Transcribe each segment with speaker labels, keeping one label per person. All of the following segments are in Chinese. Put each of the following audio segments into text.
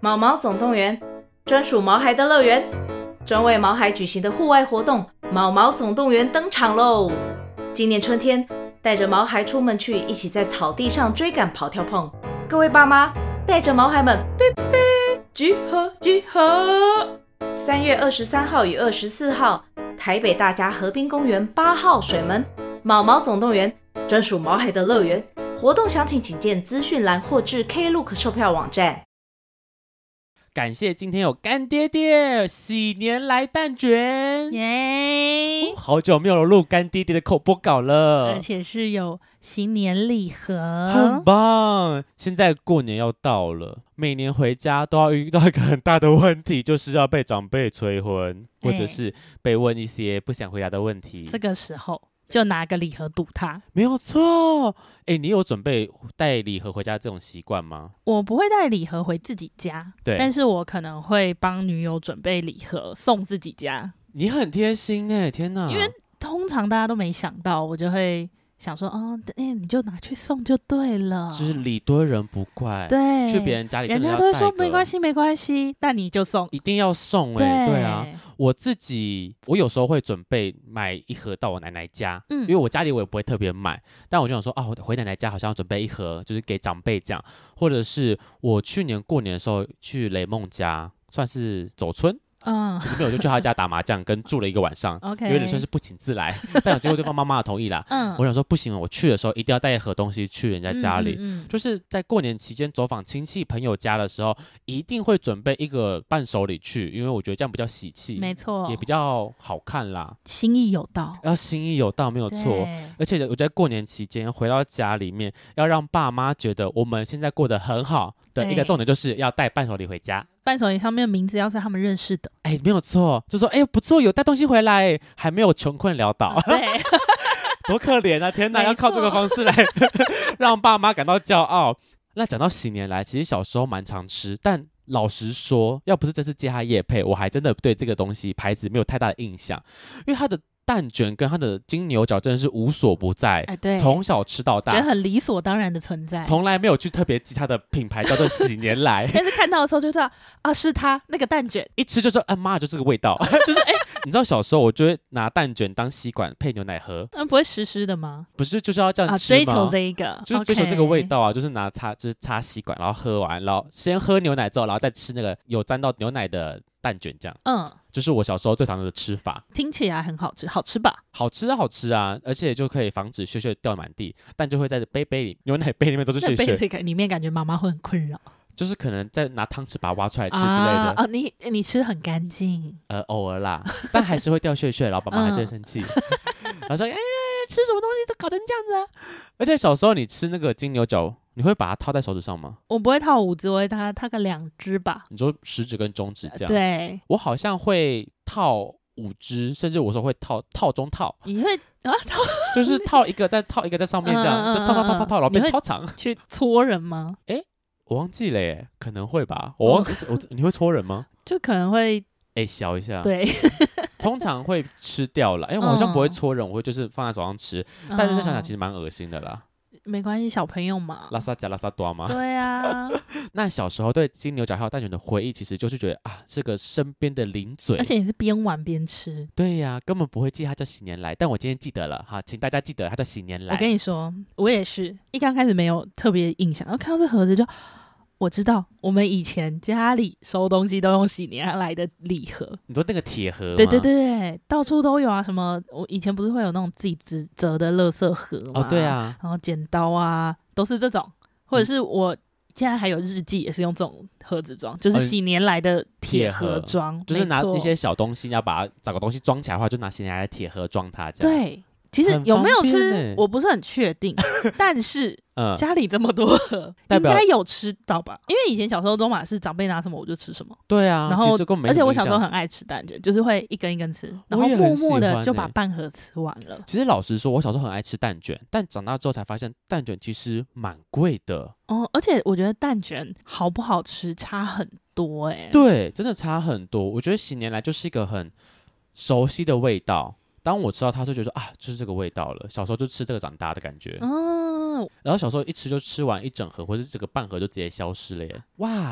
Speaker 1: 毛毛总动员，专属毛孩的乐园，专为毛孩举行的户外活动毛毛总动员登场喽！今年春天，带着毛孩出门去，一起在草地上追赶跑跳碰。各位爸妈，带着毛孩们，集合集合！3月23号与24号，台北大家河滨公园8号水门毛毛总动员，专属毛孩的乐园。活动详情请见资讯栏或至 Klook 售票网站。
Speaker 2: 感谢今天有干爹爹喜年来蛋卷
Speaker 3: 耶、
Speaker 2: 好久没有录干爹爹的口播稿了，
Speaker 3: 而且是有新年礼盒，
Speaker 2: 很棒。现在过年要到了，每年回家都要遇到一个很大的问题，就是要被长辈催婚，或者是被问一些不想回答的问题。
Speaker 3: 这个时候就拿个礼盒堵他，
Speaker 2: 没有错。你有准备带礼盒回家这种习惯吗？
Speaker 3: 我不会带礼盒回自己家，
Speaker 2: 对，
Speaker 3: 但是我可能会帮女友准备礼盒送自己家。
Speaker 2: 你很贴心耶，天哪！
Speaker 3: 因为通常大家都没想到，我就会想说，你就拿去送就对了，
Speaker 2: 就是礼多人不怪。
Speaker 3: 对，
Speaker 2: 去别人家里
Speaker 3: 人家都会说没关系没关系，但你就送，
Speaker 2: 一定要送对啊。我有时候会准备买一盒到我奶奶家，因为我家里我也不会特别买，但我就想说我回奶奶家好像要准备一盒，就是给长辈这样，或者是我去年过年的时候去雷梦家，算是走村。其实没有，就去他家打麻将，跟住了一个晚上，有点算是不请自来，但有经过对方妈妈的同意啦。我想说不行，我去的时候一定要带一盒东西去人家家里，就是在过年期间走访亲戚朋友家的时候，一定会准备一个伴手礼去，因为我觉得这样比较喜气，
Speaker 3: 没错，
Speaker 2: 也比较好看啦，
Speaker 3: 心意有到，
Speaker 2: 心意有到，没有错。而且我在过年期间回到家里面，要让爸妈觉得我们现在过得很好的一个重点，就是要带伴手礼回家。
Speaker 3: 伴手礼上面的名字要是他们认识的，
Speaker 2: 没有错，就说不错，有带东西回来，还没有穷困潦倒，
Speaker 3: 对，
Speaker 2: 多可怜啊！天哪，要靠这个方式来让爸妈感到骄傲。那讲到喜年来，其实小时候蛮常吃，但老实说，要不是这次接他业配，我还真的对这个东西牌子没有太大的印象，因为它的蛋卷跟它的金牛角真的是无所不在，
Speaker 3: 对，
Speaker 2: 从小吃到大，
Speaker 3: 觉得很理所当然的存在，
Speaker 2: 从来没有去特别记它的品牌叫做喜年来，
Speaker 3: 但是看到的时候就知道是它那个蛋卷，
Speaker 2: 一吃就说妈，就这个味道，就是你知道小时候我就会拿蛋卷当吸管配牛奶喝，
Speaker 3: 不会湿湿的吗？
Speaker 2: 不是，就是要这样吃
Speaker 3: 追求这一个，
Speaker 2: 就是追求这个味道啊，就是拿它就是插吸管，然后喝完，然后先喝牛奶之后，然后再吃那个有沾到牛奶的蛋卷，这样，就是我小时候最常的吃法。
Speaker 3: 听起来很好吃，好吃吧？
Speaker 2: 好吃啊，好吃啊，而且就可以防止屑屑掉满地，但就会在杯里牛奶杯里面都是屑屑，
Speaker 3: 杯里面感觉妈妈会很困扰。
Speaker 2: 就是可能在拿汤匙把它挖出来吃之类的
Speaker 3: 你吃很干净，
Speaker 2: 偶尔啦，但还是会掉屑屑，然后爸妈还是会生气，然后说吃什么东西都搞成这样子啊！而且小时候你吃那个金牛角，你会把它套在手指上吗？
Speaker 3: 我不会套5只，我会套个2只吧。
Speaker 2: 你说食指跟中指这样？
Speaker 3: 对，
Speaker 2: 我好像会套5只，甚至我说会套中套。
Speaker 3: 你会套？
Speaker 2: 就是套一个再套一个在上面这样，再套，然后变超长。
Speaker 3: 去戳人吗？
Speaker 2: 我忘记了耶，可能会吧。你会戳人吗？
Speaker 3: 就可能会
Speaker 2: 削一下。
Speaker 3: 对，
Speaker 2: 通常会吃掉了，因为我好像不会戳人，我会就是放在手上吃。但是想想其实蛮恶心的啦。
Speaker 3: 没关系，小朋友嘛，
Speaker 2: 拉萨加拉萨多吗？
Speaker 3: 对啊。那
Speaker 2: 小时候对金牛角还有蛋卷的回忆，其实就是觉得是个身边的零嘴，
Speaker 3: 而且你是边玩边吃。
Speaker 2: 对呀，根本不会记它叫喜年来，但我今天记得了哈，请大家记得它叫喜年来。
Speaker 3: 我跟你说，我也是一刚开始没有特别印象，然后看到这盒子就我知道，我们以前家里收东西都用喜年来的礼盒。
Speaker 2: 你说那个铁盒吗？
Speaker 3: 对，到处都有啊。什么我以前不是会有那种自己折的垃圾盒吗？
Speaker 2: 对啊，
Speaker 3: 然后剪刀啊，都是这种，或者是我现在还有日记也是用这种盒子装，就是喜年来的铁盒装，
Speaker 2: 就是拿一些小东西，要把它找个东西装起来的话，就拿喜年来的铁盒装它这样。
Speaker 3: 对。其实有没有吃我不是很确定，但是家里这么多盒应该有吃到吧，因为以前小时候都嘛是长辈拿什么我就吃什么。
Speaker 2: 对啊，
Speaker 3: 然后而且我小时候很爱吃蛋卷，就是会一根一根吃，然后默默的就把半盒吃完了。
Speaker 2: 其实老实说，我小时候很爱吃蛋卷，但长大之后才发现蛋卷其实蛮贵的
Speaker 3: 而且我觉得蛋卷好不好吃差很多
Speaker 2: 对，真的差很多。我觉得喜年来就是一个很熟悉的味道，当我吃到它就觉得就是这个味道了，小时候就吃这个长大的感觉。然后小时候一吃就吃完一整盒或是这个半盒就直接消失了耶。哇，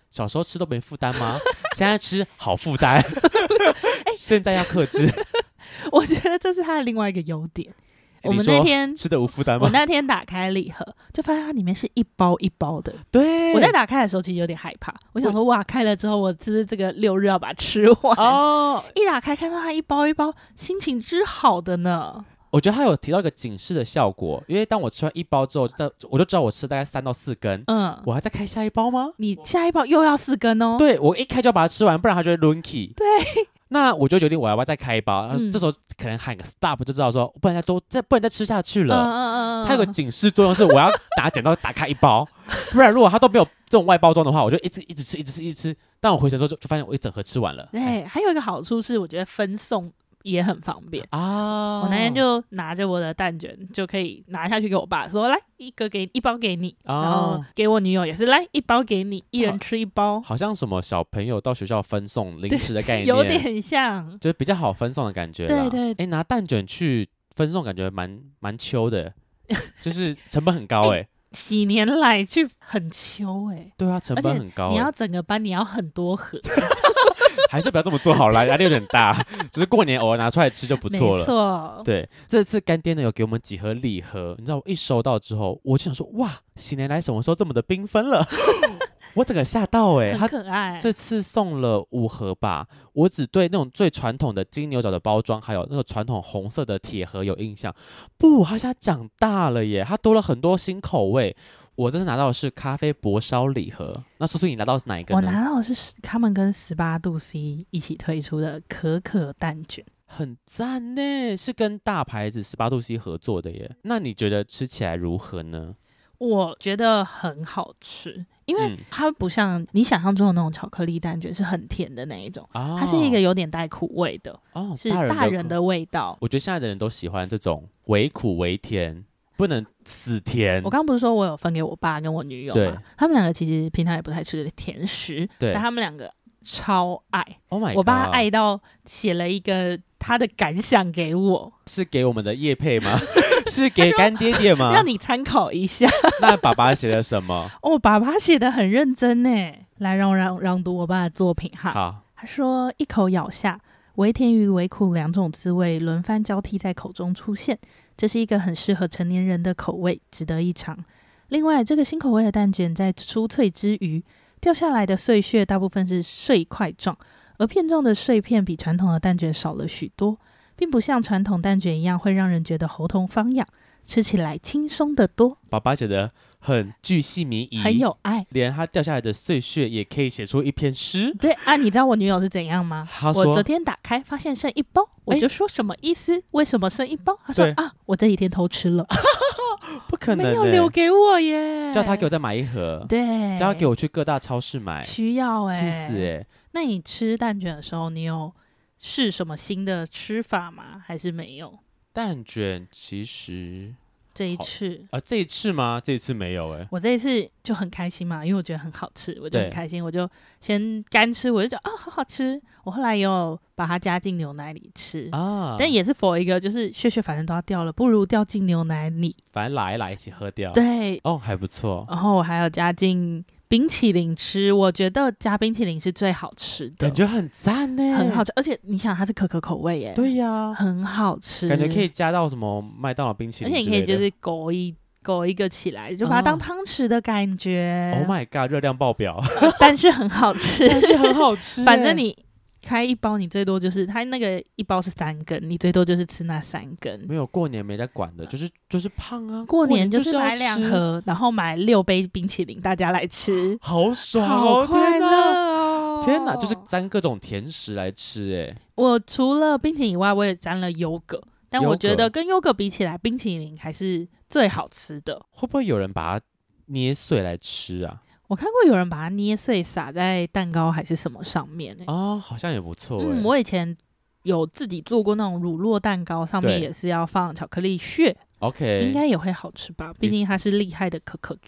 Speaker 2: 小时候吃都没负担吗？现在吃好负担，现在要克制。
Speaker 3: 我觉得这是他的另外一个优点。我们
Speaker 2: 那天吃的无负担吗？
Speaker 3: 我那天打开礼盒，就发现它里面是一包一包的。
Speaker 2: 对，
Speaker 3: 我在打开的时候其实有点害怕，我想说哇，开了之后我是不是这个6日要把它吃完？哦，一打开看到它一包一包，心情之好的呢。
Speaker 2: 我觉得它有提到一个警示的效果，因为当我吃完一包之后，我就知道我吃大概3到4根。我还在开下一包吗？
Speaker 3: 你下一包又要4根哦？
Speaker 2: 对，我一开就要把它吃完，不然它就会轮起。
Speaker 3: 对。
Speaker 2: 那我就决定我要不要再开一包，这时候可能喊个 stop 就知道说不能再吃下去了。它有个警示作用，是我要拿剪刀打开一包，不然如果它都没有这种外包装的话，我就一直吃。但我回程之后就发现我一整盒吃完了。
Speaker 3: 对，还有一个好处是我觉得分送也很方便啊！我那天就拿着我的蛋卷，就可以拿下去给我爸说：“来，一包给你。”然后给我女友也是来1包给你，一人吃1包。
Speaker 2: 好像什么小朋友到学校分送零食的概念，
Speaker 3: 有点像，
Speaker 2: 就是比较好分送的感觉。对，拿蛋卷去分送感觉蛮秋的，就是成本很高
Speaker 3: 几年来去很秋
Speaker 2: 对啊，成本很高。
Speaker 3: 你要整个班，你要很多盒。
Speaker 2: 还是不要这么做好了，压力有点大。只是过年偶尔拿出来吃就不错了。
Speaker 3: 没错，
Speaker 2: 对，这次干爹呢有给我们几盒礼盒，你知道我一收到之后，我就想说，哇，喜年来什么时候这么的缤纷了？我整个吓到
Speaker 3: 很可爱。
Speaker 2: 这次送了5盒吧，我只对那种最传统的金牛角的包装，还有那个传统红色的铁盒有印象。不，它现在长大了耶，它多了很多新口味。我这次拿到的是咖啡薄烧礼盒，那苏苏你拿到的是哪一个呢？
Speaker 3: 我拿到的是他们跟18度 C 一起推出的可可蛋卷，
Speaker 2: 很赞呢，是跟大牌子18度 C 合作的耶。那你觉得吃起来如何呢？
Speaker 3: 我觉得很好吃，因为它不像你想象中的那种巧克力蛋卷是很甜的那一种，它是一个有点带苦味的，是大人的味道。
Speaker 2: 我觉得现在的人都喜欢这种微苦微甜，不能死甜。
Speaker 3: 我刚不是说我有分给我爸跟我女友吗？他们两个其实平常也不太吃甜食，但他们两个超爱。
Speaker 2: Oh my God，
Speaker 3: 我爸爱到写了一个他的感想给我，
Speaker 2: 是给我们的业配吗？是给干爹爹吗？
Speaker 3: 让你参考一下。
Speaker 2: 那爸爸写了什么？
Speaker 3: 爸爸写的很认真呢。来，让我朗读我爸的作品哈。
Speaker 2: 好，
Speaker 3: 他说：一口咬下，微甜与微苦2种滋味轮番交替在口中出现，这是一个很适合成年人的口味，值得一尝。另外，这个新口味的蛋卷在酥脆之余，掉下来的碎屑大部分是碎块状，而片状的碎片比传统的蛋卷少了许多，并不像传统蛋卷一样会让人觉得喉头发痒，吃起来轻松得多。
Speaker 2: 爸爸写的很巨细靡遗，
Speaker 3: 很有爱，
Speaker 2: 连他掉下来的碎屑也可以写出一篇诗。
Speaker 3: 对啊，你知道我女友是怎样吗？我昨天打开发现剩1包，我就说什么意思？为什么剩1包？她说啊，我这几天偷吃了。
Speaker 2: 不可能，
Speaker 3: 没有留给我耶！
Speaker 2: 叫他给我再买1盒，
Speaker 3: 对，
Speaker 2: 叫他给我去各大超市买，
Speaker 3: 需要
Speaker 2: 气死
Speaker 3: 那你吃蛋卷的时候，你有试什么新的吃法吗？还是没有？
Speaker 2: 蛋卷其实
Speaker 3: 这一次
Speaker 2: 这一次吗？这一次没有
Speaker 3: 我这一次就很开心嘛，因为我觉得很好吃，我就很开心，我就先干吃，我就觉得好好吃。我后来有把它加进牛奶里吃但也是for一个就是屑反正都要掉了，不如掉进牛奶里，
Speaker 2: 反正拉一拉一起喝掉。
Speaker 3: 对
Speaker 2: 还不错。
Speaker 3: 然后我还有加进冰淇淋吃，我觉得加冰淇淋是最好吃的，
Speaker 2: 感觉很赞耶，
Speaker 3: 很好吃，而且你想它是可可口味耶，
Speaker 2: 对呀，
Speaker 3: 很好吃，
Speaker 2: 感觉可以加到什么麦当劳冰淇淋之类的，
Speaker 3: 而且你可以就是勾一个起来，就把它当汤匙的感觉。
Speaker 2: Oh my god， 热量爆表，
Speaker 3: 但是很好吃，反正你开1包，你最多就是它那个1包是3根，你最多就是吃那3根。
Speaker 2: 没有，过年没在管的，就是胖啊。
Speaker 3: 过年就是买2盒，然后买6杯冰淇淋，大家来吃，
Speaker 2: 好爽，
Speaker 3: 好快乐哦！
Speaker 2: 天哪，就是沾各种甜食来吃
Speaker 3: 我除了冰淇淋以外，我也沾了优格，但我觉得跟优格比起来，冰淇淋还是最好吃的。
Speaker 2: 会不会有人把它捏碎来吃啊？
Speaker 3: 我看过有人把它捏碎撒在蛋糕还是什么上面
Speaker 2: 好像也不错
Speaker 3: 我以前有自己做过那种乳酪蛋糕，上面也是要放巧克力屑，
Speaker 2: OK，
Speaker 3: 应该也会好吃吧，毕竟它是厉害的可可做的。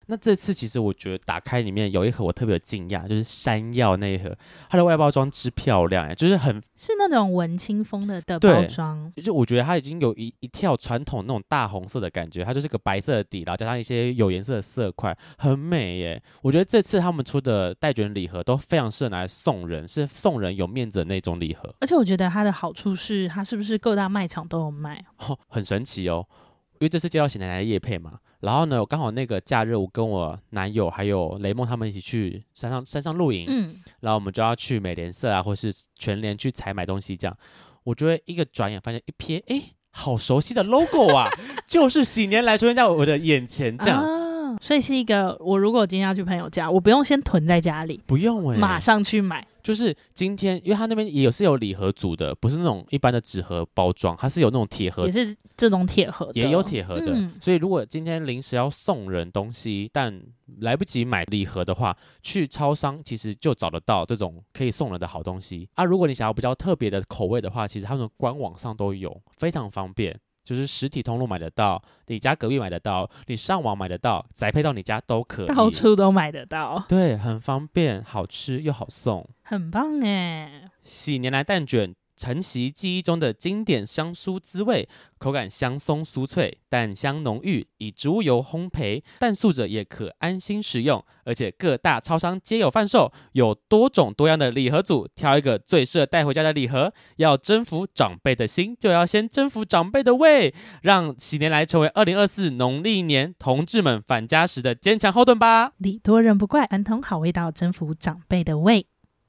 Speaker 2: 那这次其实我觉得打开里面有一盒我特别有惊讶，就是山药那一盒，它的外包装之漂亮，就是
Speaker 3: 是那种文青风的包装，
Speaker 2: 就我觉得它已经有一跳传统那种大红色的感觉，它就是个白色的底，然后加上一些有颜色的色块，很美耶。我觉得这次他们出的带卷礼盒都非常适合拿来送人，是送人有面子的那种礼盒。
Speaker 3: 而且我觉得它的好处是，它是不是各大卖场都有卖？
Speaker 2: 很神奇哦。因为这次接到喜奶奶的业配嘛，然后呢，我刚好那个假日我跟我男友还有雷梦他们一起去山上露营，然后我们就要去美联社啊，或是全联去采买东西这样。我觉得一个转眼发现一瞥，好熟悉的 logo 啊，就是喜年来出现在我的眼前这样。
Speaker 3: 所以是一个，我如果今天要去朋友家，我不用先囤在家里，
Speaker 2: 不用
Speaker 3: 马上去买。
Speaker 2: 就是今天，因为他那边也是有礼盒组的，不是那种一般的纸盒包装，它是有那种铁盒，
Speaker 3: 也是这种铁盒的，
Speaker 2: 也有铁盒的。所以如果今天临时要送人东西，但来不及买礼盒的话，去超商其实就找得到这种可以送人的好东西啊。如果你想要比较特别的口味的话，其实他们官网上都有，非常方便。就是实体通路买得到，你家隔壁买得到，你上网买得到，宅配到你家都可以，
Speaker 3: 到处都买得到。
Speaker 2: 对，很方便，好吃又好送，
Speaker 3: 很棒耶！
Speaker 2: 喜年来蛋卷承袭记忆中的经典香酥滋味，口感香松酥脆，蛋香浓郁，以植物油烘焙，蛋素者也可安心食用。而且各大超商皆有贩售，有多种多样的礼盒组，挑一个最适合带回家的礼盒。要征服长辈的心，就要先征服长辈的胃，让喜年来成为2024农历年同志们返家时的坚强后盾吧。
Speaker 3: 礼多人不怪，传统好味道，征服长辈的胃。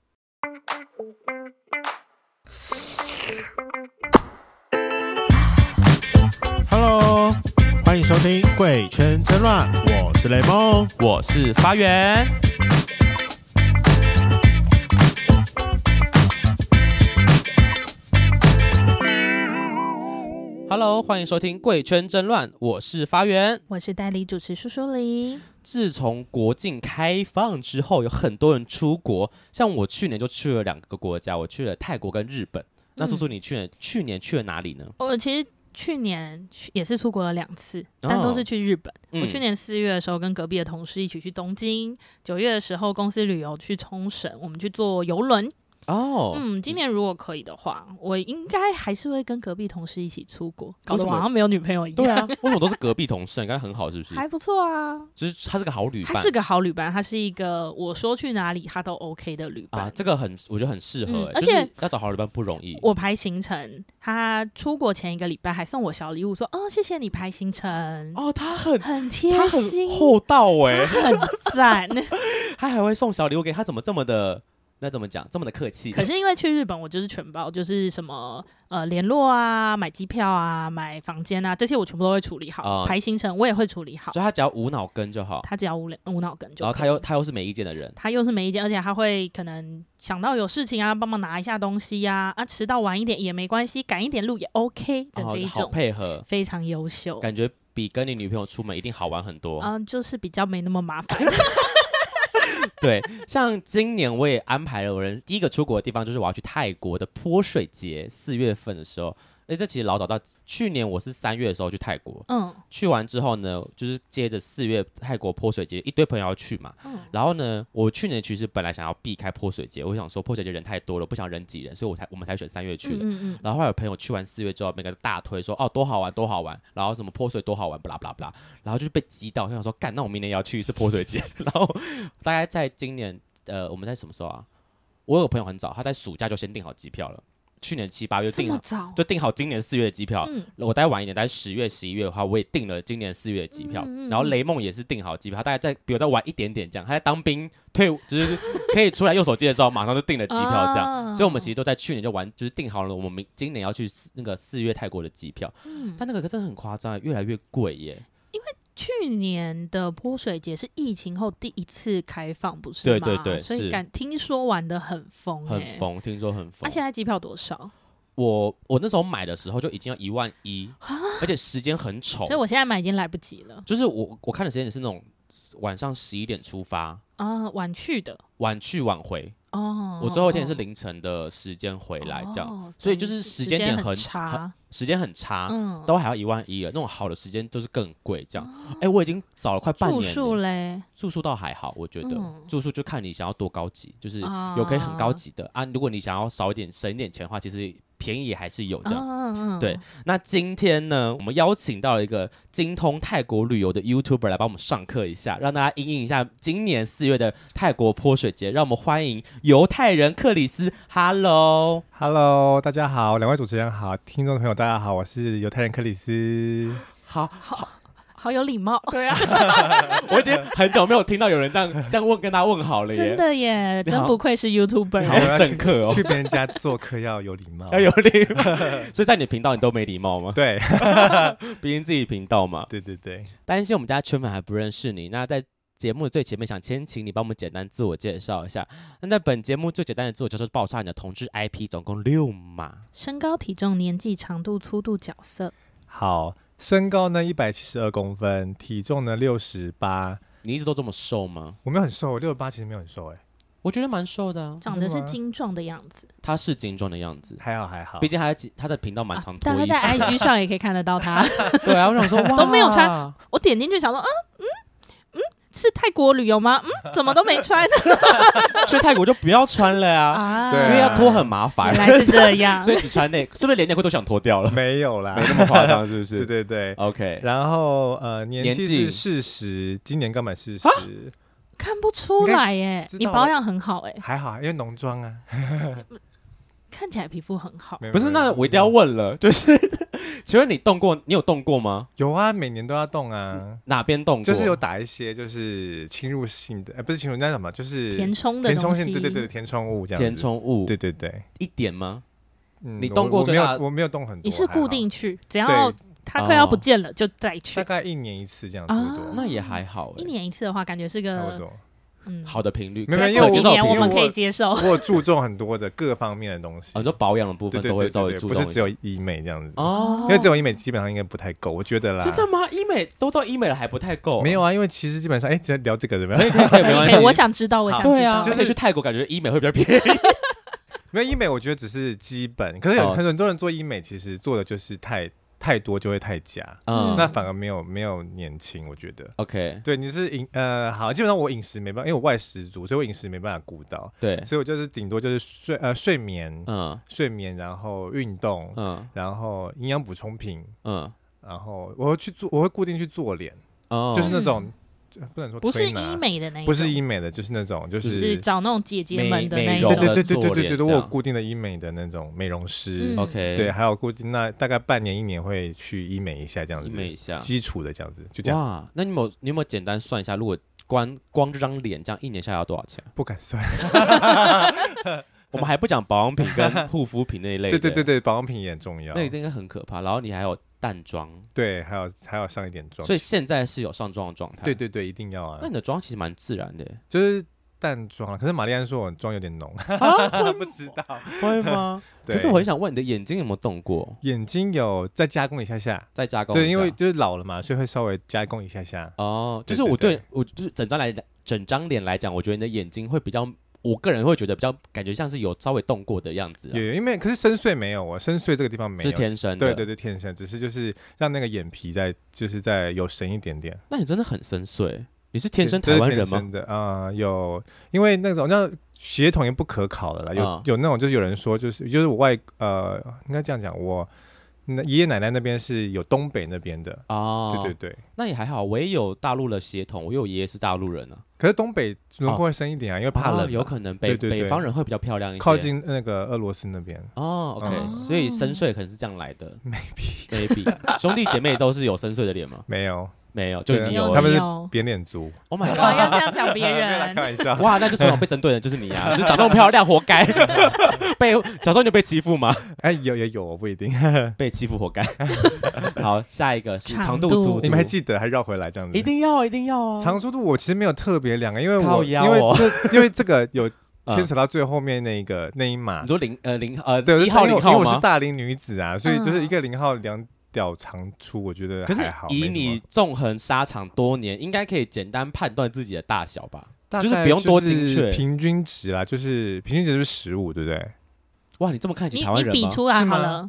Speaker 4: Hello， 欢迎收听《贵圈争乱》，我是雷梦，
Speaker 2: 我是发源。Hello， 欢迎收听《贵圈争乱》，我是发源，
Speaker 3: 我是代理主持苏苏黎。
Speaker 2: 自从国境开放之后，有很多人出国，像我去年就去了2个国家，我去了泰国跟日本。那苏苏，你去年去了哪里呢？
Speaker 3: 我其实去年也是出国了2次，但都是去日本。我去年4月的时候跟隔壁的同事一起去东京，9月的时候公司旅游去冲绳，我们去坐邮轮。今年如果可以的话，我应该还是会跟隔壁同事一起出国，搞得我好像没有女朋友一样。
Speaker 2: 对啊，为什么都是隔壁同事？应该很好，是不是？
Speaker 3: 还不错啊，
Speaker 2: 就是他是个好旅伴，
Speaker 3: 他是个好旅伴，他是一个我说去哪里他都 OK 的旅伴啊。
Speaker 2: 这个我觉得很适合，
Speaker 3: 而且、
Speaker 2: 就是、要找好旅伴不容易。
Speaker 3: 我排行程，他出国前1个礼拜还送我小礼物，说谢谢你排行程。
Speaker 2: 他
Speaker 3: 很贴心，
Speaker 2: 他很厚道
Speaker 3: 很赞。
Speaker 2: 他还会送小礼物给他，怎么这么的？那怎么讲这么的客气？
Speaker 3: 可是因为去日本我就是全包，就是什么联络啊、买机票啊、买房间啊，这些我全部都会处理好。排行程我也会处理好，
Speaker 2: 所以他只要无脑跟就好。
Speaker 3: 他只要无脑跟就好。
Speaker 2: 然后他又是没意见的人，
Speaker 3: 他又是没意见，而且他会可能想到有事情啊，帮忙拿一下东西啊，迟到晚一点也没关系，赶一点路也 OK 的这一种，
Speaker 2: 好配合，
Speaker 3: 非常优秀，
Speaker 2: 感觉比跟你女朋友出门一定好玩很多。
Speaker 3: 就是比较没那么麻烦。
Speaker 2: 对，像今年我也安排了我人第一个出国的地方，就是我要去泰国的泼水节，4月份的时候。这其实老早到去年我是3月的时候去泰国，去完之后呢，就是接着4月泰国泼水节，一堆朋友要去嘛，然后呢，我去年其实本来想要避开泼水节，我想说泼水节人太多了，不想人挤人，所以我们才选3月去的。然后后来有朋友去完4月之后，每个大推说多好玩多好玩，然后什么泼水多好玩，不啦不啦不啦，然后就被激到，想说干，那我明年也要去一次泼水节。然后大概在今年我们在什么时候啊？我有个朋友很早，他在暑假就先订好机票了。去年7、8月订好，就订好今年4月的机票。我待晚一点，待10月、11月的话，我也订了今年4月的机票。然后雷梦也是订好机票，他大概比我再晚一点点这样。他在当兵退伍，就是可以出来用手机的时候，马上就订了机票这样。所以我们其实都在去年就就是订好了我们今年要去那个4月泰国的机票。但那个真的很夸张，越来越贵耶。
Speaker 3: 因为去年的泼水节是疫情后第1次开放，不是吗？
Speaker 2: 对，
Speaker 3: 所以听说玩得很疯，
Speaker 2: 很疯，听说很疯。
Speaker 3: 现在机票多少？
Speaker 2: 我那时候买的时候就已经要11000，而且时间很丑，
Speaker 3: 所以我现在买已经来不及了。
Speaker 2: 就是我看的时间是那种晚上11点出发
Speaker 3: 晚去的，
Speaker 2: 晚去晚回。
Speaker 3: 哦，
Speaker 2: 我最后一天是凌晨的时间回来这样，所以就是时间点时间很差，都还要11000了，那种好的时间都是更贵这样。我已经找了快半年了。住
Speaker 3: 宿嘞？
Speaker 2: 住宿倒还好，我觉得住宿就看你想要多高级，就是有可以很高级的啊。如果你想要少一点省一点钱的话，其实便宜也还是有这样。对，那今天呢，我们邀请到了一个精通泰国旅游的 YouTuber 来帮我们上课一下，让大家因应一下今年4月的泰国泼水节。让我们欢迎犹太人克里斯。
Speaker 5: Hello， 大家好，两位主持人好，听众朋友大家好，我是犹太人克里斯。
Speaker 3: 好有礼貌。对啊，
Speaker 2: 我已经很久没有听到有人这样问，跟他问好了耶。
Speaker 3: 真的耶，真不愧是 YouTuber，
Speaker 2: 好正客哦。
Speaker 5: 去别人家做客要有礼貌，
Speaker 2: 要有礼貌。所以在你频道你都没礼貌吗？
Speaker 5: 对，
Speaker 2: 毕竟自己频道嘛。
Speaker 5: 对对对。
Speaker 2: 担心我们家圈粉还不认识你，那在节目的最前面想先请你帮我们简单自我介绍一下。那在本节目最简单的自我介绍是报上你的同志 IP， 总共6码。
Speaker 3: 身高、体重、年纪、长度、粗度、角色。
Speaker 5: 好，身高呢172公分，体重呢68。
Speaker 2: 你一直都这么瘦吗？
Speaker 5: 我没有很瘦，68其实没有很瘦
Speaker 2: 我觉得蛮瘦的啊，
Speaker 3: 长得是精壮的样子。
Speaker 2: 他是精壮的样子，
Speaker 5: 还好。
Speaker 2: 毕竟他的频道蛮常脱衣服，
Speaker 3: 大家在 IG 上也可以看得到他。
Speaker 2: 对啊，我想说哇，
Speaker 3: 都没有穿，我点进去想说，是泰国旅游吗？怎么都没穿？
Speaker 2: 去泰国就不要穿了呀，
Speaker 5: 对，
Speaker 2: 因为要脱很麻烦。
Speaker 3: 原来是这样，
Speaker 2: 所以只穿是不是连内裤都想脱掉了？
Speaker 5: 没有啦，
Speaker 2: 没那么夸张，是不是？
Speaker 5: 对对对
Speaker 2: ，OK。
Speaker 5: 然后年纪是40，今年刚满40。
Speaker 3: 看不出来耶，你保养很好哎，
Speaker 5: 还好，因为浓妆啊。
Speaker 3: 看起来皮肤很好。
Speaker 2: 不是，那我一定要问了，就是请问你有动过吗？
Speaker 5: 有啊，每年都要动啊。
Speaker 2: 哪边动过？
Speaker 5: 就是有打一些就是侵入性的，不是侵入，那什么，就是
Speaker 3: 填充的东西。
Speaker 5: 对对对，填充物这样子。
Speaker 2: 填充物，
Speaker 5: 对对对。
Speaker 2: 一点吗？你动过
Speaker 5: 我没有动很多。
Speaker 3: 你是固定去，只要它快要不见了就再去。
Speaker 5: 大概1年1次这样差不多。
Speaker 2: 那也还好
Speaker 3: ，1年1次的话，感觉是个
Speaker 2: 好的频率。
Speaker 5: 没有，
Speaker 3: 因为几年我们可以接受。
Speaker 5: 我有注重很多的各方面的东西。
Speaker 2: 很多保养的部分都会稍微注重，
Speaker 5: 不是只有医美这样子因为只有医美基本上应该不太够，我觉得啦。
Speaker 2: 真的吗？医美都到医美了还不太够？
Speaker 5: 没有啊，因为其实基本上，只要聊这个怎么样？
Speaker 2: 可以，没关系。
Speaker 3: 我想知道，
Speaker 2: 对啊，而且去泰国感觉医美会比较便宜。
Speaker 5: 没有医美，我觉得只是基本，可是很多人做医美，其实做的就是太多就会太假，那反而没有年轻，我觉得。
Speaker 2: OK，
Speaker 5: 对，你是好，基本上我饮食没办法，因为我外食族，所以我饮食没办法顾到，
Speaker 2: 对，
Speaker 5: 所以我就是顶多就是睡眠，然后运动，然后营养补充品，然后我会固定去做脸，就是那种。不能说
Speaker 3: 不是医美的那种，
Speaker 5: 不是医美的，就是那种就是
Speaker 3: 找那种姐姐们的那种，
Speaker 5: 对，我有固定的医美的那种美容师
Speaker 2: ，OK，
Speaker 5: 对，还有固定那大概半年1年会去医美一下这样子，
Speaker 2: 医美一下
Speaker 5: 基础的这样子，就这样。
Speaker 2: 哇，那你有没有简单算一下，如果光这张脸这样1年下来要多少钱？
Speaker 5: 不敢算。
Speaker 2: 我们还不讲保养品跟护肤品那一类的。
Speaker 5: 对，保养品也很重要。
Speaker 2: 那应该很可怕。然后你还有淡妆，
Speaker 5: 对，还要上一点妆。
Speaker 2: 所以现在是有上妆的状态。
Speaker 5: 对，一定要啊。
Speaker 2: 那你的妆其实蛮自然的，
Speaker 5: 就是淡妆。可是玛丽安说我妆有点浓，不知道
Speaker 2: 会吗？可是我很想问，你的眼睛有没有动过？
Speaker 5: 眼睛有再加工一下，
Speaker 2: 再加工。
Speaker 5: 对，因为就是老了嘛，所以会稍微加工一下。
Speaker 2: 哦，就是我就是整张脸来讲，我觉得你的眼睛会比较。我个人会觉得比较感觉像是有稍微动过的样子，
Speaker 5: 因为可是深邃没有，我深邃这个地方没有，
Speaker 2: 是天生的，
Speaker 5: 对，天生，只是就是让那个眼皮再有深一点点。
Speaker 2: 那你真的很深�邃，你是天生台湾人吗？
Speaker 5: 真的有，因为那种血统也不可考的啦，有那种就是有人说就是我应该这样讲，我爷爷奶奶那边是有东北那边的对，
Speaker 2: 那也还好，我也有大陆的血统，我有爷爷是大陆人啊。
Speaker 5: 可是东北轮廓会深一点啊，因为怕冷，
Speaker 2: 有可能北方人会比较漂亮一些，
Speaker 5: 靠近那个俄罗斯那边。
Speaker 2: OK，所以深邃可能是这样来的。
Speaker 5: maybe
Speaker 2: 兄弟姐妹都是有深邃的脸吗？
Speaker 5: 没有，
Speaker 2: 就已经有了。
Speaker 5: 他们是扁脸族。
Speaker 2: Oh my god！
Speaker 3: 要这样讲别人，
Speaker 5: 开玩笑。
Speaker 2: 哇，那就从小被针对的就是你啊！就是长那么漂亮，活该。小时候你就被欺负吗？
Speaker 5: 有，不一定
Speaker 2: 被欺负，活该。好，下一个是长度粗度，
Speaker 5: 你们还记得？还绕回来这样子？
Speaker 2: 一定要啊！
Speaker 5: 长粗度我其实没有特别量，因为
Speaker 2: 因
Speaker 5: 为这个有牵扯到最后面那一码。
Speaker 2: 你说对
Speaker 5: 1号0号吗？因为我是大龄女子啊，所以就是一个0号量掉长粗，我觉得还好。
Speaker 2: 可是以你纵横沙场多年，应该可以简单判断自己的大小吧？ 就是不用多精确，
Speaker 5: 平均值啦，就是平均值是15，对不对？
Speaker 2: 哇，你这么看起台湾人吗？
Speaker 3: 你比出来好了。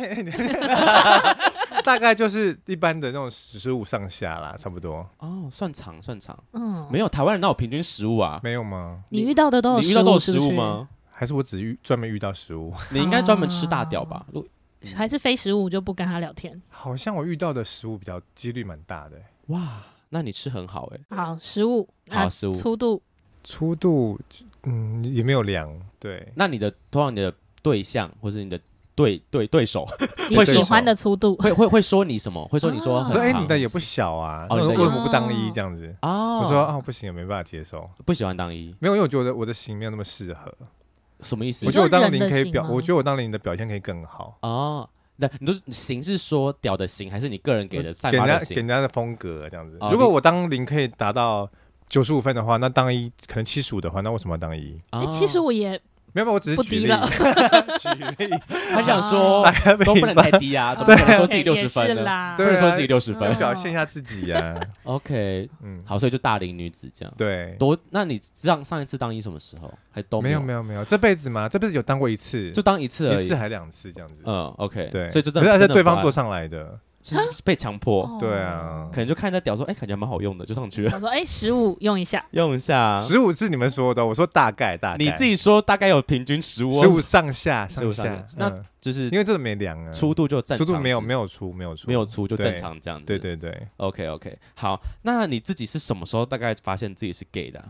Speaker 5: 大概就是一般的那种15上下啦，差不多。
Speaker 2: 哦，算长。没有台湾人哪有平均15啊？
Speaker 5: 没有吗？
Speaker 3: 你遇到的都有15
Speaker 2: 吗？
Speaker 5: 还是我只专门遇到15？
Speaker 2: 你应该专门吃大屌吧？
Speaker 3: 还是非15就不跟他聊天？
Speaker 5: 好像我遇到的15比较几率蛮大的。
Speaker 2: 哇，那你吃很好
Speaker 3: 好15，
Speaker 2: 好15，
Speaker 5: 粗度也没有量。对，
Speaker 2: 那通常你的对象或是你的对手，
Speaker 3: 你喜欢的粗度
Speaker 2: 会说你什么？会说你说很长，
Speaker 5: 你的也不小啊，为什么不当一这样子？我说不行，没办法接受，
Speaker 2: 不喜欢当一。
Speaker 5: 没有，因为我觉得我的型没有那么适合。
Speaker 2: 什么意思？
Speaker 5: 我觉得我当零可以我觉得我当零的表现可以更好。
Speaker 2: 哦，那你说型是说屌的型，还是你个人给的散发的型？
Speaker 5: 给人家的风格这样子。如果我当零可以达到95分的话，那当一可能75的话，那为什么要当一
Speaker 3: ？75也。
Speaker 5: 没有，我只是举例。
Speaker 2: 他想说都不能太低啊，怎么可能说自己60分呢？不能说自己60分，
Speaker 5: 表现一下自己啊。
Speaker 2: OK， 好，所以就大龄女子这样。
Speaker 5: 对，
Speaker 2: 那你上一次当一什么时候？还都
Speaker 5: 没有，这辈子吗？这辈子有当过一次，
Speaker 2: 就当一次而已，
Speaker 5: 一次还2次这样子。
Speaker 2: OK，
Speaker 5: 对，
Speaker 2: 所以就
Speaker 5: 是对方做上来的。
Speaker 2: 就是被强迫，
Speaker 5: 对啊，
Speaker 2: 可能就看在屌说，感觉蛮好用的，就上去了。
Speaker 3: 我说15用一下
Speaker 5: ，15是你们说的，我说大概，
Speaker 2: 你自己说大概有平均
Speaker 5: 15上下，
Speaker 2: 那就是
Speaker 5: 因为真的没量啊，
Speaker 2: 粗度就正常，
Speaker 5: 粗度没有粗
Speaker 2: 就正常这样子。
Speaker 5: 对
Speaker 2: ，OK， 好，那你自己是什么时候大概发现自己是 gay 的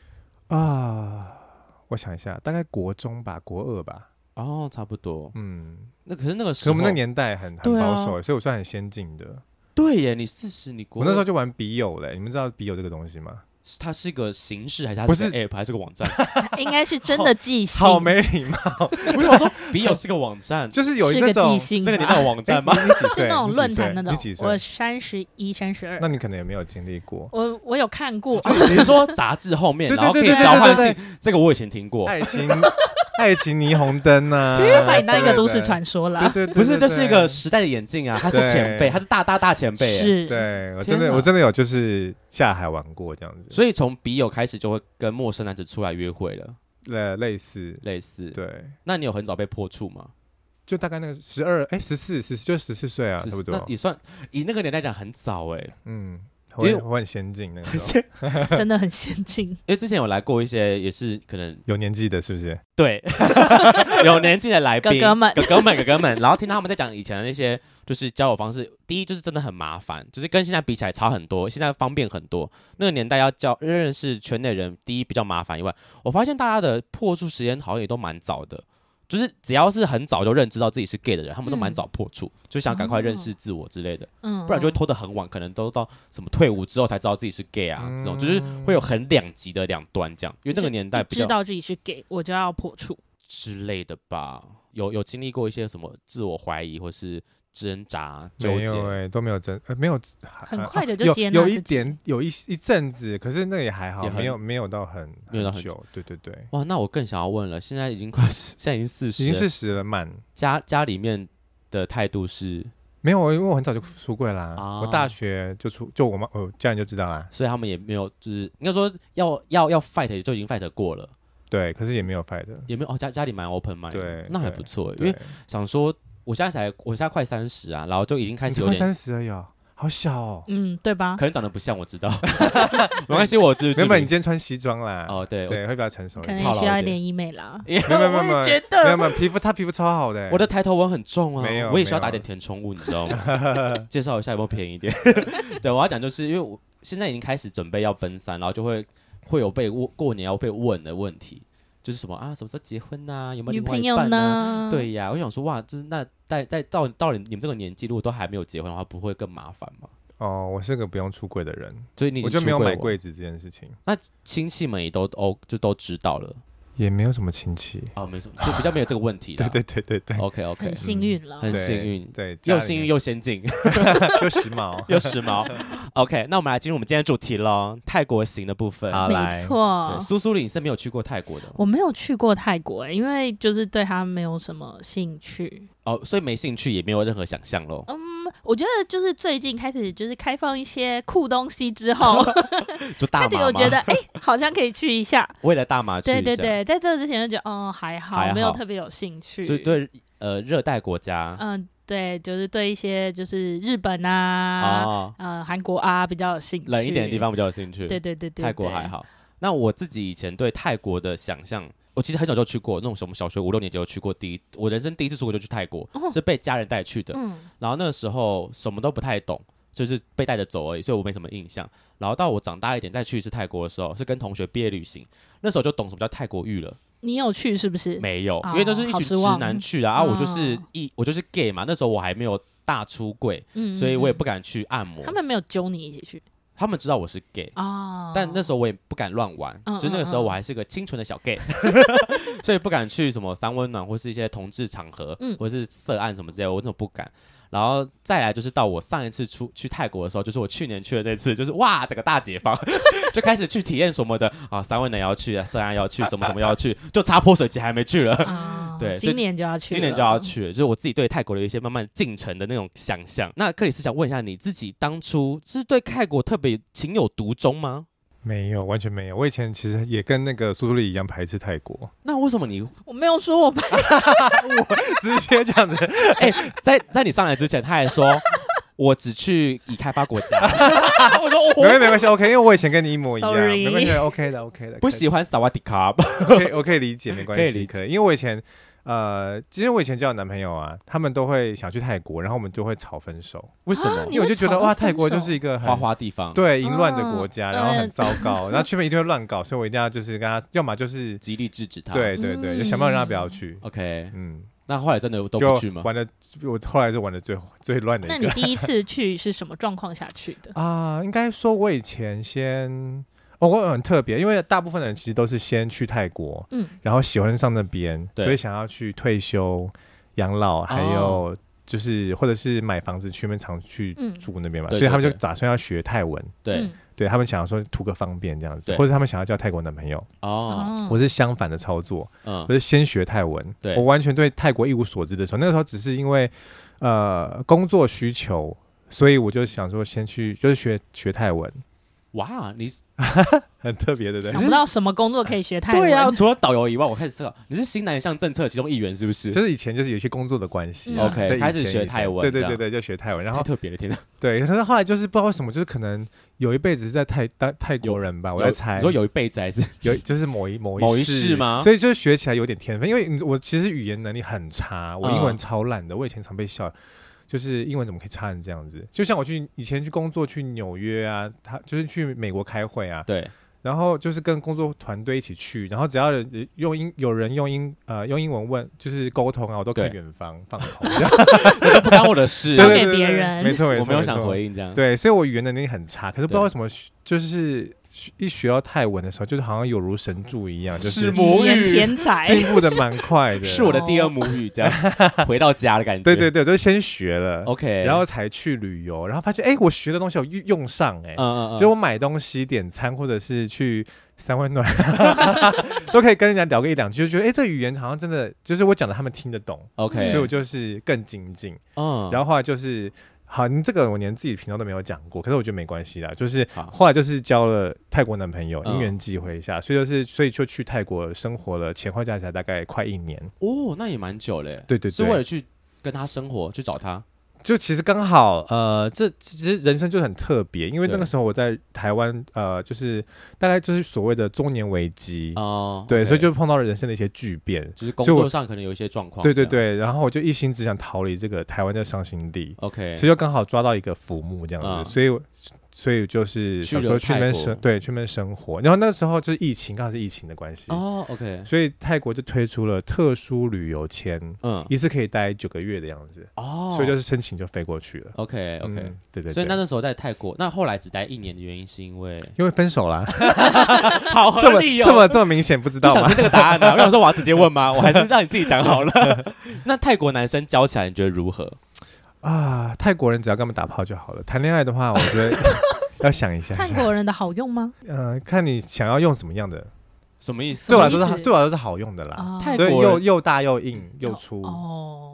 Speaker 5: 我想一下，大概国中吧，国2吧。
Speaker 2: 哦，差不多。可是那个时候，
Speaker 5: 可我们那年代很保守，所以我算很先进的。
Speaker 2: 对耶，你40，你国
Speaker 5: 我那时候就玩笔友嘞。你们知道笔友这个东西吗？
Speaker 2: 它是一个形式还是它是个 app 还是个网站？
Speaker 3: 应该是真的寄信。
Speaker 5: 好没礼貌！
Speaker 2: 我想说笔友是个网站，
Speaker 5: 就是有那种
Speaker 2: 那个年代有网站吗？
Speaker 5: 你几岁？
Speaker 3: 是那种论坛那种。
Speaker 5: 你几岁？
Speaker 3: 我31、32。
Speaker 5: 那你可能也没有经历过。
Speaker 3: 我有看过。
Speaker 2: 你是说杂志后面，然后可以交换信？这个我以前听过。
Speaker 5: 爱情霓虹灯啊，
Speaker 3: 把你当一个都市传说啦。
Speaker 5: 对，
Speaker 2: 不是，这是一个时代的眼镜啊，他是前辈，他是大前辈。
Speaker 3: 是，
Speaker 5: 对我真的有就是下海玩过这样子。
Speaker 2: 所以从笔友开始就会跟陌生男子出来约会了。
Speaker 5: 类似。
Speaker 2: 对，那你有很早被破处吗？
Speaker 5: 就大概那个14，就14岁啊，差不多。
Speaker 2: 那也算以那个年代讲很早
Speaker 5: 因为我很先进，那个时
Speaker 3: 候真的很先进。因
Speaker 2: 为之前有来过一些也是可能
Speaker 5: 有年纪的，是不是？
Speaker 2: 对，有年纪的来宾
Speaker 3: 哥哥
Speaker 2: 们，然后听他们在讲以前的那些就是交友方式。第一就是真的很麻烦，就是跟现在比起来差很多，现在方便很多。那个年代要认识圈内人，第一比较麻烦以外，我发现大家的破处时间好像也都蛮早的。就是只要是很早就认知到自己是 gay 的人，他们都蛮早破处，就想赶快认识自我之类的，不然就会拖得很晚，可能都到什么退伍之后才知道自己是 gay 啊，这种就是会有很两极的两端这样，因为那个年代比较
Speaker 3: 知道自己是 gay， 我就要破处
Speaker 2: 之类的吧。有经历过一些什么自我怀疑或是挣扎纠结？
Speaker 5: 没有都没有没有，
Speaker 3: 很快的就接纳自己。
Speaker 5: 有一阵子，可是那也还好，没有到很久。对。
Speaker 2: 哇，那我更想要问了，现在已经现在已经40，
Speaker 5: 已经40了，慢。
Speaker 2: 家里面的态度是？
Speaker 5: 没有，因为我很早就出柜啦，我大学就我家人就知道啦，
Speaker 2: 所以他们也没有，就是应该说要 fight 就已经 fight 过了。
Speaker 5: 对，可是也没有 fight，也
Speaker 2: 没有家里蛮 open mind，
Speaker 5: 对，
Speaker 2: 那还不错，因为想说我现在快30啊，然后就已经开始有点
Speaker 5: 快30而已哦，好小哦，
Speaker 3: 对吧？
Speaker 2: 可能长得不像，我知道，没关系，我知道。
Speaker 5: 原本你今天穿西装啦，
Speaker 2: 对，
Speaker 5: 会比较成熟，
Speaker 3: 可能需要一点医美啦。
Speaker 2: 没有，觉得
Speaker 5: 没有，他皮肤超好的，
Speaker 2: 我的抬头纹很重啊，
Speaker 5: 没有，
Speaker 2: 我也需要打点填充物，你知道吗？介绍一下有没有便宜一点？对，我要讲就是因为我现在已经开始准备要奔3，然后就会有被过年要被问的问题。就是什么什么时候结婚啊？有没有另外一半呢？对呀，我想说哇，就是那到你们这个年纪，如果都还没有结婚的话，不会更麻烦吗？
Speaker 5: 我是个不用出柜的人，
Speaker 2: 所以我
Speaker 5: 就没有买柜子这件事情。
Speaker 2: 那亲戚们也都知道了。
Speaker 5: 也没有什么亲戚
Speaker 2: 没什么，就比较没有这个问题啦。
Speaker 5: 对
Speaker 2: OK，
Speaker 3: 很幸运了，
Speaker 2: 很幸运，
Speaker 5: 对，
Speaker 2: 又幸运又先进，
Speaker 5: 又时髦，
Speaker 2: 又时髦。OK， 那我们来进入我们今天的主题咯，泰国行的部分。
Speaker 3: 好，没错。
Speaker 2: 苏苏你是没有去过泰国的？
Speaker 3: 我没有去过泰国，因为就是对他没有什么兴趣。
Speaker 2: 所以没兴趣也没有任何想象咯。
Speaker 3: 我觉得就是最近开始就是开放一些酷东西之后，
Speaker 2: 就大麻吗？
Speaker 3: 开始我觉得好像可以去一下。
Speaker 2: 为了大麻去一下。
Speaker 3: 对对对，在这之前就觉得还好，没有特别有兴趣。
Speaker 2: 所以对热带国家，
Speaker 3: 对，就是对一些就是日本啊，韩国啊比较有兴趣，
Speaker 2: 冷一点的地方比较有兴趣。
Speaker 3: 对对对对，
Speaker 2: 泰国还好。那我自己以前对泰国的想象，我其实很早就去过，那种什么小学5、6年级就去过。我人生第一次出国就去泰国，是被家人带去的。然后那个时候什么都不太懂，就是被带着走而已，所以我没什么印象。然后到我长大一点再去一次泰国的时候，是跟同学毕业旅行，那时候就懂什么叫泰国浴了。
Speaker 3: 你有去是不是？
Speaker 2: 没有，因为都是一群直男去啊，我就是 gay 嘛，那时候我还没有大出柜，所以我也不敢去按摩。
Speaker 3: 他们没有揪你一起去？
Speaker 2: 他们知道我是 gay 但那时候我也不敢乱玩，就那个时候我还是个清纯的小 gay，所以不敢去什么三温暖或是一些同志场合，或是色案什么之类的，我那种不敢。然后再来就是到我上一次去泰国的时候，就是我去年去的那次，就是哇，整个大解放，就开始去体验什么的三温暖要去，色案要去，什么什么要去，就擦泼水节还没去了。对，
Speaker 3: 今年就要去了，
Speaker 2: 今年就要去了，就是我自己对泰国的一些慢慢进程的那种想象。那克里斯想问一下，你自己当初是对泰国特别情有独钟吗？
Speaker 5: 没有，完全没有。我以前其实也跟那个苏苏丽一样排斥泰国。
Speaker 2: 那为什么你？
Speaker 3: 我没有说我排斥，
Speaker 5: 我直接这样子。
Speaker 2: 在你上来之前，他还说我只去已开发国家。我
Speaker 5: 说没关系 ，OK， 因为我以前跟你一模一样，
Speaker 3: Sorry
Speaker 5: 没关系 ，OK 的。
Speaker 2: 不喜欢萨瓦迪卡，
Speaker 5: 我可以理解，没关系，可以。因为我以前其实我以前交的男朋友啊，他们都会想去泰国，然后我们就会吵分手。
Speaker 2: 为什么？
Speaker 5: 因为我就觉得哇，泰国就是一个
Speaker 2: 花花地方，
Speaker 5: 对，淫乱的国家，然后很糟糕，然后去那边一定会乱搞，所以我一定要就是跟他，要么就是
Speaker 2: 极力制止他，
Speaker 5: 对对对，就想办法让他不要去。
Speaker 2: OK，那后来真的都不去吗？
Speaker 5: 我后来就玩的最乱的一个。
Speaker 3: 那你第一次去是什么状况下去的？
Speaker 5: 应该说我以前我很特别，因为大部分的人其实都是先去泰国，然后喜欢上那边，所以想要去退休、养老，还有就是或者是买房子去那边常去住那边嘛，所以他们就打算要学泰文。对，他们想要说图个方便这样子，或者他们想要交泰国男朋友。我是相反的操作，我是先学泰文。我完全对泰国一无所知的时候，那个时候只是因为工作需求，所以我就想说先去就是学泰文。哇，
Speaker 2: 你
Speaker 5: 很特别，对不对？
Speaker 3: 想不到什么工作可以学泰文。
Speaker 2: 对啊，除了导游以外，我开始思考，你是新南向政策其中一员是不是？
Speaker 5: 就是以前就是有一些工作的关系
Speaker 2: ，OK， 开始学泰文，
Speaker 5: 对，就学泰文，然后
Speaker 2: 太特别了，天哪！
Speaker 5: 对，可是后来就是不知道为什么，就是可能有一辈子是在泰国人吧，我在猜。
Speaker 2: 你说有一辈子还是
Speaker 5: 就是某一
Speaker 2: 世吗？
Speaker 5: 所以就学起来有点天分，因为我其实语言能力很差，我英文超烂的，我以前常被笑。就是英文怎么可以差成这样子？就像我以前去工作去纽约啊，他就是去美国开会啊，
Speaker 2: 对，
Speaker 5: 然后就是跟工作团队一起去，然后只要有人用英文问，就是沟通啊，我都看远方放空，
Speaker 2: 这不干我的事，
Speaker 3: 交给别人，
Speaker 5: 没错，
Speaker 2: 我没有想回应这样。
Speaker 5: 对，所以我语言能力很差，可是不知道为什么，就是一学到泰文的时候，就是好像有如神助一样，就是
Speaker 2: 母语
Speaker 3: 天才，
Speaker 5: 进步的蛮快的，
Speaker 2: 是我的第二母语，这样回到家的感觉。
Speaker 5: 对，就先学了
Speaker 2: ，OK，
Speaker 5: 然后才去旅游，然后发现我学的东西有用上就我买东西、点餐或者是去三温暖都可以跟人家聊个一两句，就觉得这语言好像真的就是我讲的他们听得懂
Speaker 2: ，OK，
Speaker 5: 所以我就是更精进，然后后来就是。好，你这个我连自己频道都没有讲过，可是我觉得没关系啦。就是后来就是交了泰国男朋友，因缘际会下，所以就去泰国生活了，前后加起来大概快1年。
Speaker 2: 那也蛮久嘞。
Speaker 5: 对，
Speaker 2: 是为了去跟他生活，去找他。
Speaker 5: 就其实刚好，这其实人生就很特别，因为那个时候我在台湾，就是大概就是所谓的中年危机对，所以就碰到了人生的一些巨变，
Speaker 2: 就是工作上可能有一些状况。
Speaker 5: 对，然后我就一心只想逃离这个台湾的伤心地
Speaker 2: ，OK，
Speaker 5: 所以就刚好抓到一个浮木这样子，所以就是想说去那边生活，然后那个时候就是疫情，刚好是疫情的关系
Speaker 2: ，OK，
Speaker 5: 所以泰国就推出了特殊旅游签，一次可以待9个月的样子，所以就是申请就飞过去了
Speaker 2: ，OK，
Speaker 5: 对，
Speaker 2: 所以那时候在泰国，那后来只待1年的原因是因为
Speaker 5: 分手啦，
Speaker 2: 好合理
Speaker 5: 这么明显不知道吗？
Speaker 2: 就想听这个答案啊，我想说我要直接问吗？我还是让你自己讲好了。那泰国男生交起来你觉得如何？
Speaker 5: 泰国人只要跟他们打炮就好了。谈恋爱的话，我觉得要想一下。
Speaker 3: 泰国人的好用吗？
Speaker 5: 看你想要用什么样的。
Speaker 2: 什么意思？
Speaker 5: 对我来说是好用的啦。
Speaker 2: 泰国
Speaker 5: 又大又硬又粗。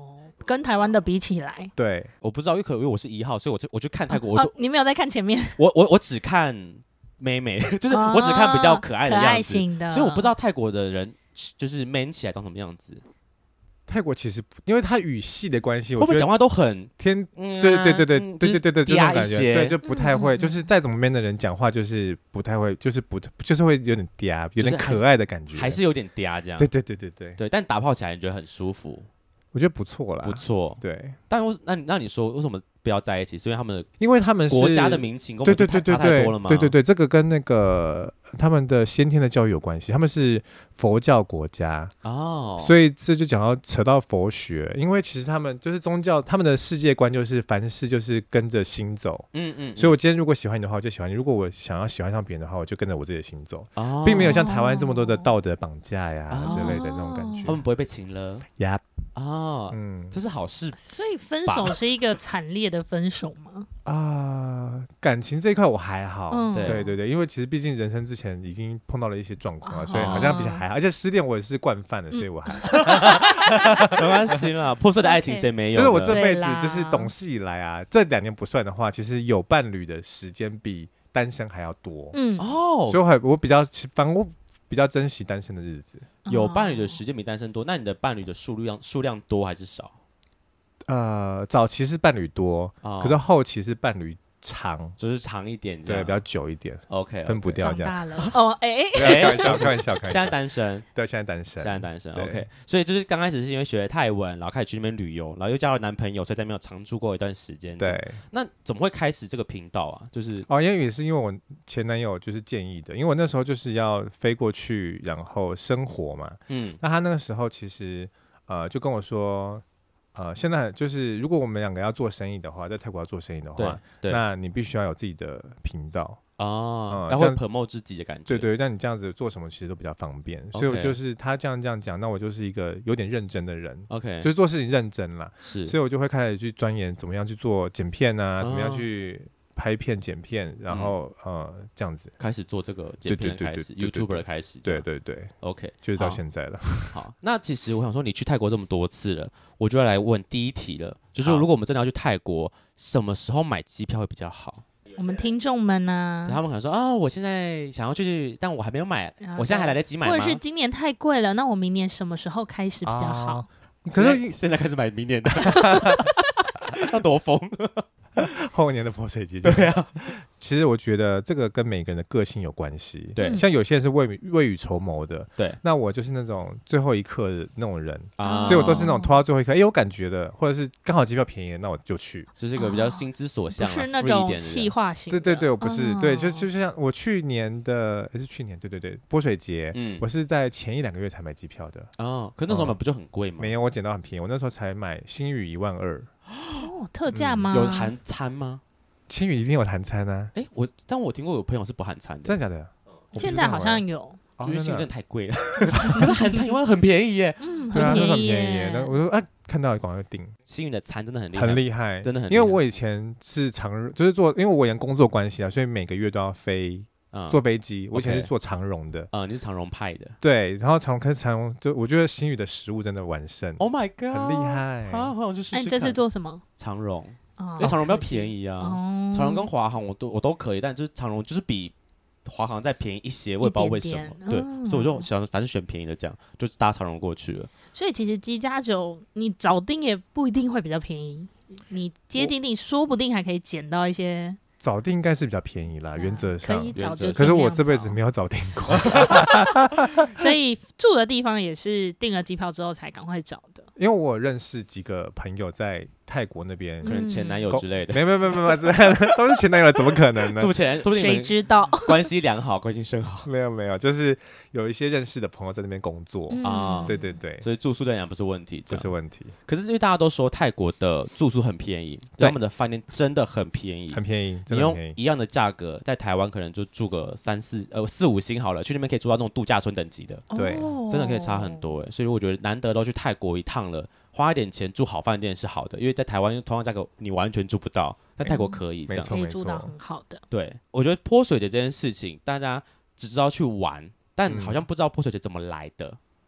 Speaker 3: 跟台湾的比起来，
Speaker 5: 对，
Speaker 2: 我不知道，因为我是1号，所以我就看泰国，
Speaker 3: 你没有在看前面，
Speaker 2: 我只看妹妹，就是我只看比较可爱的样子，
Speaker 3: 可爱型的，
Speaker 2: 所以我不知道泰国的人就是 man 起来长什么样子。
Speaker 5: 泰国其实因为他语系的关系，
Speaker 2: 会不会讲话都很
Speaker 5: 对，这种感觉，对，就不太会，就是再怎么 man 的人讲话就是不太会，就是会有点嗲，有点可爱的感觉，
Speaker 2: 还是有点嗲这样。
Speaker 5: 对，
Speaker 2: 但打炮起来你觉得很舒服，
Speaker 5: 我觉得不错啦，
Speaker 2: 不错。对，但那你说为什么不要在一起？是因为他们
Speaker 5: 是
Speaker 2: 国家的民情跟我们差太多了吗？
Speaker 5: 对，这个跟那个他们的先天的教育有关系，他们是佛教国家哦，所以这就扯到佛学，因为其实他们就是宗教，他们的世界观就是凡事就是跟着心走，所以我今天如果喜欢你的话，我就喜欢你；如果我想要喜欢上别人的话，我就跟着我自己的心走，并没有像台湾这么多的道德绑架呀之类的那种感觉，
Speaker 2: 他们不会被情勒
Speaker 5: 呀。
Speaker 2: 这是好事。
Speaker 3: 所以分手是一个惨烈的分手吗？
Speaker 5: 感情这一块我还好，对，因为其实毕竟人生之前已经碰到了一些状况了，所以好像比较还好，而且失恋我也是惯犯的，所以我还
Speaker 2: 没关系啦，破碎的爱情谁没有？
Speaker 5: 就是我这辈子就是懂事以来啊，这2年不算的话，其实有伴侣的时间比单身还要多，所以我比较珍惜单身的日子。
Speaker 2: 有伴侣的时间比单身多，那你的伴侣的数量多还是少？
Speaker 5: 早期是伴侣多，可是后期是伴侣长，
Speaker 2: 就是长一点，
Speaker 5: 对，比较久一点。
Speaker 2: OK，
Speaker 5: 分不掉这样。
Speaker 3: 长大了
Speaker 5: 开玩笑。
Speaker 2: 现在单身，
Speaker 5: 对，现在单身。
Speaker 2: OK， 所以就是刚开始是因为学泰文，然后开始去那边旅游，然后又交了男朋友，所以在那边有常住过一段时间。
Speaker 5: 对，
Speaker 2: 那怎么会开始这个频道啊？就是
Speaker 5: 因为也是因为我前男友就是建议的，因为我那时候就是要飞过去，然后生活嘛。那他那个时候其实就跟我说。现在就是如果我们2个要做生意的话，在泰国要做生意的话，那你必须要有自己的频道
Speaker 2: 要会 promote 自己的感觉。
Speaker 5: 对，但你这样子做什么其实都比较方便，所以我就是他这样讲，那我就是一个有点认真的人，就是做事情认真啦，所以我就会开始去钻研怎么样去做剪片啊，怎么样去拍片剪片，然后这样子
Speaker 2: 开始做这个剪片开始 YouTuber 的开始，
Speaker 5: 对
Speaker 2: OK，
Speaker 5: 就是到现在了。
Speaker 2: 好，那其实我想说，你去泰国这么多次了，我就要来问第一题了，就是如果我们真的要去泰国，什么时候买机票会比较好？
Speaker 3: 我们听众们呢，
Speaker 2: 他们可能说我现在想要去，但我还没有买，我现在还来得及买吗？
Speaker 3: 或者是今年太贵了，那我明年什么时候开始比较好？
Speaker 2: 可是现在开始买明年的，要多疯。
Speaker 5: 后年的泼水节，
Speaker 2: 对啊。
Speaker 5: 其实我觉得这个跟每个人的个性有关系。
Speaker 2: 对，
Speaker 5: 像有些人是未雨绸缪的，
Speaker 2: 对。
Speaker 5: 那我就是那种最后一刻的那种人，所以我都是那种拖到最后一刻，有感觉的，或者是刚好机票便宜了，那我就去。
Speaker 2: 就是一个比较心之所向，
Speaker 3: 不是那种企划型。
Speaker 5: 对，我不是，对，就像我去年的，是去年，对，泼水节，我是在前1-2个月才买机票的。
Speaker 2: 可那时候买不就很贵吗？
Speaker 5: 没有，我捡到很便宜，我那时候才买星宇12000。
Speaker 3: 特价吗？
Speaker 2: 有含餐吗？
Speaker 5: 星宇一定有含餐啊！
Speaker 2: 但我听过有朋友是不含餐的，
Speaker 5: 真的假的？
Speaker 3: 现在好像有，
Speaker 2: 就是星宇真的太贵了，可是含餐1万很便宜耶，
Speaker 3: 很便宜耶。
Speaker 5: 那我说看到广告订
Speaker 2: 星宇的餐真的很
Speaker 5: 厉害，
Speaker 2: 真的很厉害。
Speaker 5: 因为我以前是就是做，因为我以前工作关系啊，所以每个月都要坐飞机。我以前是做长荣的，
Speaker 2: 你是长荣派的，
Speaker 5: 对。然后长荣就我觉得星宇的食物真的完胜
Speaker 2: ，Oh my god，
Speaker 5: 很厉害。
Speaker 2: 好想去试试看。
Speaker 3: 你这次做什么？
Speaker 2: 长荣，因为长荣比较便宜啊。长荣跟华航我都可以，但就是长荣就是比华航再便宜一些，我也不知道为什么。对，所以我就想反正选便宜的，这样就搭长荣过去了。
Speaker 3: 所以其实机+9你早订也不一定会比较便宜，你接近订说不定还可以捡到一些。
Speaker 5: 早订应该是比较便宜啦，原则上。
Speaker 3: 可以早就。
Speaker 5: 可是我这辈子没有早订过，
Speaker 3: 所以住的地方也是订了机票之后才赶快找的。
Speaker 5: 因为我认识几个朋友在泰国那边，
Speaker 2: 可能前男友之类的。
Speaker 5: 没，都是前男友，怎么可能呢？
Speaker 2: 住前，说不定
Speaker 3: 谁知道？
Speaker 2: 关系良好，关系甚好。
Speaker 5: 没有，就是有一些认识的朋友在那边工作啊。对，
Speaker 2: 所以住宿对你来讲不是问题，
Speaker 5: 不是问题。
Speaker 2: 可是因为大家都说泰国的住宿很便宜，他们的饭店真的很便宜，
Speaker 5: 很便宜。
Speaker 2: 你用一样的价格，在台湾可能就住个4-5星好了，去那边可以住到那种度假村等级的，
Speaker 5: 对，
Speaker 2: 真的可以差很多。所以我觉得难得都去泰国一趟了。花一点钱住好饭店是好的，因为在台湾同样价格你完全住不到，在泰国可以这样，
Speaker 3: 可以住到很好的。
Speaker 2: 对，我觉得泼水节这件事情，大家只知道去玩，但好像不知道泼水节怎么来的。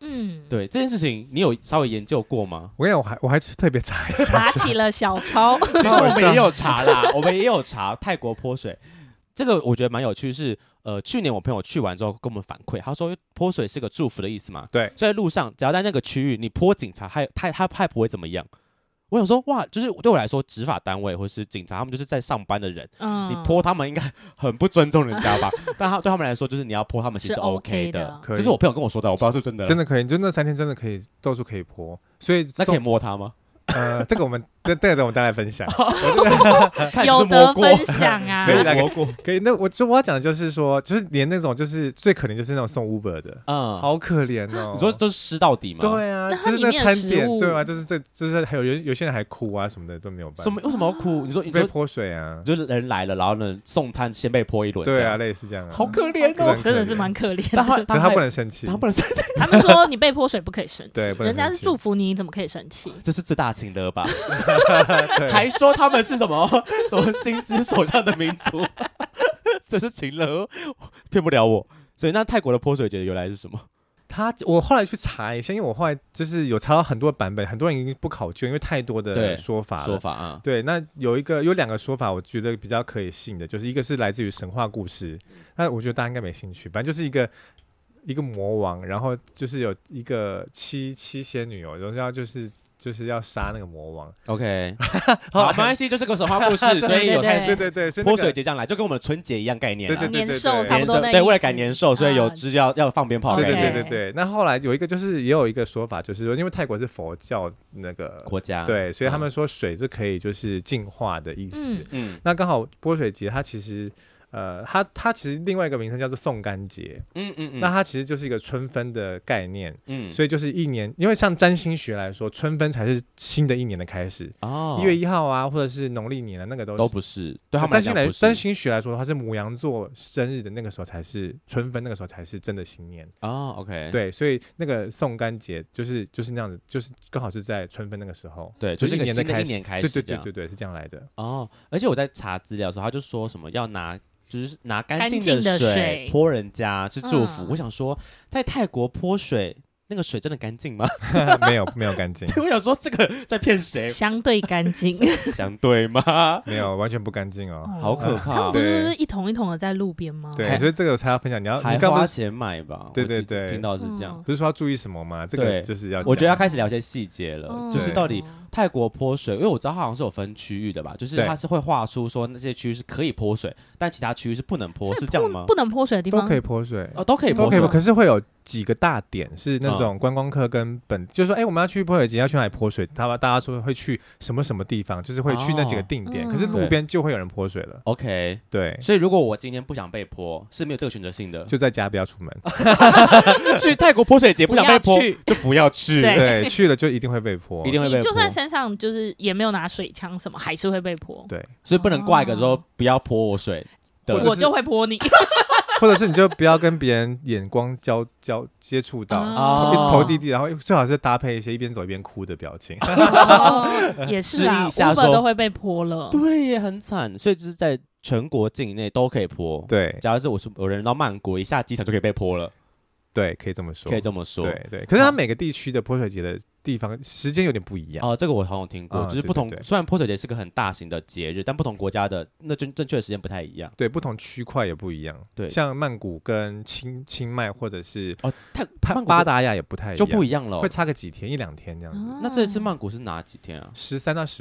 Speaker 2: 对这件事情，你有稍微研究过吗？
Speaker 5: 我还特别查一下，
Speaker 3: 拿起了小抄。
Speaker 2: 其实我们也有查啦，我们也有查泰国泼水，这个我觉得蛮有趣，是去年我朋友去完之后跟我们反馈，他说泼水是个祝福的意思嘛，
Speaker 5: 对，
Speaker 2: 所以在路上只要在那个区域你泼警察，他不会怎么样。我想说，哇，就是对我来说，执法单位或是警察，他们就是在上班的人，你泼他们应该很不尊重人家吧？但对他们来说，就是你要泼他们其实 OK 的。这是我朋友跟我说的，我不知道是不是真的。
Speaker 5: 真的可以，就那3天真的可以到处可以泼，所以
Speaker 2: 那可以摸他吗？
Speaker 5: 这个我们等我们再来分享。
Speaker 3: 有得分享啊，
Speaker 5: 可以。那我要讲的就是说，就是连那种就是最可怜就是那种送 Uber 的，好可怜哦。
Speaker 2: 你说都是湿到底吗？
Speaker 5: 对啊，就是那餐点，对啊，就是还有些人还哭啊什么的都没有办法。
Speaker 2: 为什么要哭？你说
Speaker 5: 被泼水啊？
Speaker 2: 就是人来了，然后呢送餐先被泼一轮。
Speaker 5: 对啊，类似这样啊。
Speaker 2: 好可怜哦，
Speaker 3: 真的是蛮可怜
Speaker 5: 的。他不能生气，
Speaker 3: 他们说你被泼水不可以生气，
Speaker 5: 对，
Speaker 3: 人家是祝福你，你怎么可以生气？
Speaker 2: 这是最大的情勒吧？还说他们是什么心之手上的民族，这是情勒，骗不了我。所以那泰国的泼水节的由来是什么？
Speaker 5: 我后来去查一下，因为我后来就是有查到很多版本，很多人已经不考究，因为太多的说法了。对，那有2个说法，我觉得比较可以信的，就是一个是来自于神话故事，那我觉得大家应该没兴趣，反正就是一个魔王，然后就是有一个七仙女然后就是要杀那个魔王。
Speaker 2: OK， 好，没关系，就是个神话故事，所以有
Speaker 5: 对，
Speaker 2: 泼水节这样来，就跟我们的春节一样概念，
Speaker 5: 对，
Speaker 3: 年兽差不多那意思。
Speaker 2: 对，为了赶年兽，所以就是要放鞭炮。
Speaker 5: 对。那后来有一个就是也有一个说法，就是说因为泰国是佛教那个
Speaker 2: 国家，
Speaker 5: 对，所以他们说水是可以就是净化的意思。那刚好泼水节它其实。它其实另外一个名称叫做送干节，那它其实就是一个春分的概念，所以就是一年，因为像占星学来说，春分才是新的一年的开始，1月1号啊，或者是农历年的那个都
Speaker 2: 不是，对他们
Speaker 5: 占星学来说，它是牡羊座生日的那个时候才是春分，那个时候才是真的新年
Speaker 2: OK，
Speaker 5: 对，所以那个送干节就是那样子，就是刚好是在春分那个时候，
Speaker 2: 对，
Speaker 5: 就是
Speaker 2: 一年的
Speaker 5: 开
Speaker 2: 始，
Speaker 5: 对，是这样来的。
Speaker 2: 而且我在查资料的时候，他就说什么要就是拿干净的水泼人家是祝福。我想说，在泰国泼水，那个水真的干净吗？
Speaker 5: 没有干净。
Speaker 2: 我想说，这个在骗谁？
Speaker 3: 相对干净，
Speaker 2: 相对吗？
Speaker 5: 没有，完全不干净哦，
Speaker 2: 好可怕。
Speaker 3: 他们不是一桶一桶的在路边吗？
Speaker 5: 对，所以这个我才要分享。你
Speaker 2: 还花钱买吧？
Speaker 5: 对，
Speaker 2: 听到是这样。
Speaker 5: 不是说要注意什么吗？这个就是要，
Speaker 2: 我觉得要开始聊一些细节了，就是到底。泰国泼水，因为我知道它好像是有分区域的吧，就是它是会画出说那些区域是可以泼水，但其他区域是不能泼，是这样吗？
Speaker 3: 不能泼水的地方
Speaker 5: 都可以泼水，
Speaker 2: 都可以泼水，
Speaker 5: 可是会有几个大点是那种观光客跟就是说，我们要去泼水节，要去哪里泼水？大家说会去什么地方，就是会去那几个定点，可是路边就会有人泼水了。
Speaker 2: OK，
Speaker 5: 对，
Speaker 2: 所以如果我今天不想被泼，是没有这个选择性的，
Speaker 5: 就在家不要出门。
Speaker 2: 去泰国泼水节不想被泼就不要去，
Speaker 5: 对，去了就一定会被泼，
Speaker 2: 一定会被泼。
Speaker 3: 就算身上就是也没有拿水枪什么，还是会被泼。
Speaker 5: 对，
Speaker 2: 所以不能挂一个说不要泼我水，
Speaker 3: 我就会泼你。
Speaker 5: 或者是你就不要跟别人眼光接触到，头低低，然后最好是搭配一些一边走一边哭的表情。
Speaker 3: 也是啊，Uber都会被泼了。
Speaker 2: 对，也很惨。所以就是在全国境内都可以泼。
Speaker 5: 对，
Speaker 2: 假如是有人到曼谷，一下机场就可以被泼了。
Speaker 5: 对，可以这么说。对。可是它每个地区的泼水节的地方时间有点不一样
Speaker 2: 这个我好像有听过，就是不同。虽然泼水节是个很大型的节日，但不同国家的那正确的时间不太一样。
Speaker 5: 对，不同区块也不一样。对，像曼谷跟清迈或者是巴达雅也不太一样，
Speaker 2: 就不一样了，
Speaker 5: 会差个几天1-2天这样子。
Speaker 2: 那这次曼谷是哪几天啊
Speaker 5: ？13到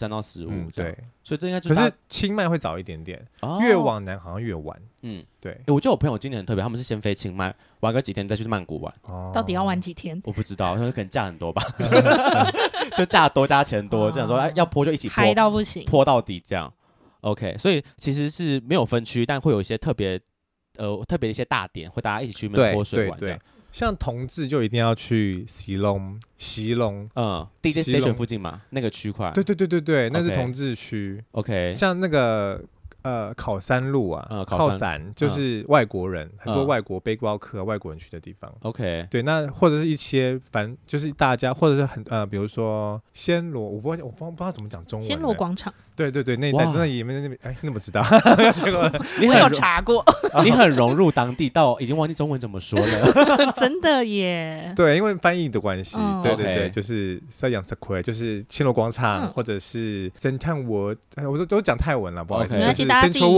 Speaker 5: 15。
Speaker 2: 对，所以这应该
Speaker 5: 可是清迈会早一点点，越往南好像越晚。对。
Speaker 2: 我觉得我朋友今年很特别，他们是先飞清迈玩个几天，再去曼谷玩。
Speaker 3: 到底要玩几天？
Speaker 2: 我不知道，可能假很多吧。就价多加钱多，这样说要泼就一起泼，
Speaker 3: 嗨到不行，
Speaker 2: 泼到底这样。OK， 所以其实是没有分区，但会有一些特别的一些大点，会大家一起去那边泼水玩这样。
Speaker 5: 像同志就一定要去席隆
Speaker 2: ，DJ Station 附近嘛，那个区块。
Speaker 5: 对，那是同志区。
Speaker 2: OK，
Speaker 5: 像那个考山路啊，靠山就是外国人，很多外国背包客、外国人去的地方。
Speaker 2: OK，
Speaker 5: 对，那或者是一些就是大家，或者是比如说暹罗，我不知道怎么讲中文。
Speaker 3: 暹罗广场。
Speaker 5: 对，那一带那也没那边，你怎么知道？
Speaker 3: 我有查过，
Speaker 2: 你很融入当地，到已经忘记中文怎么说了。
Speaker 3: 真的耶。
Speaker 5: 对，因为翻译的关系，对，就是在讲 Square， 就是暹罗广场，或者是圣泰沃，我都讲泰文了，不好意思，就是 Central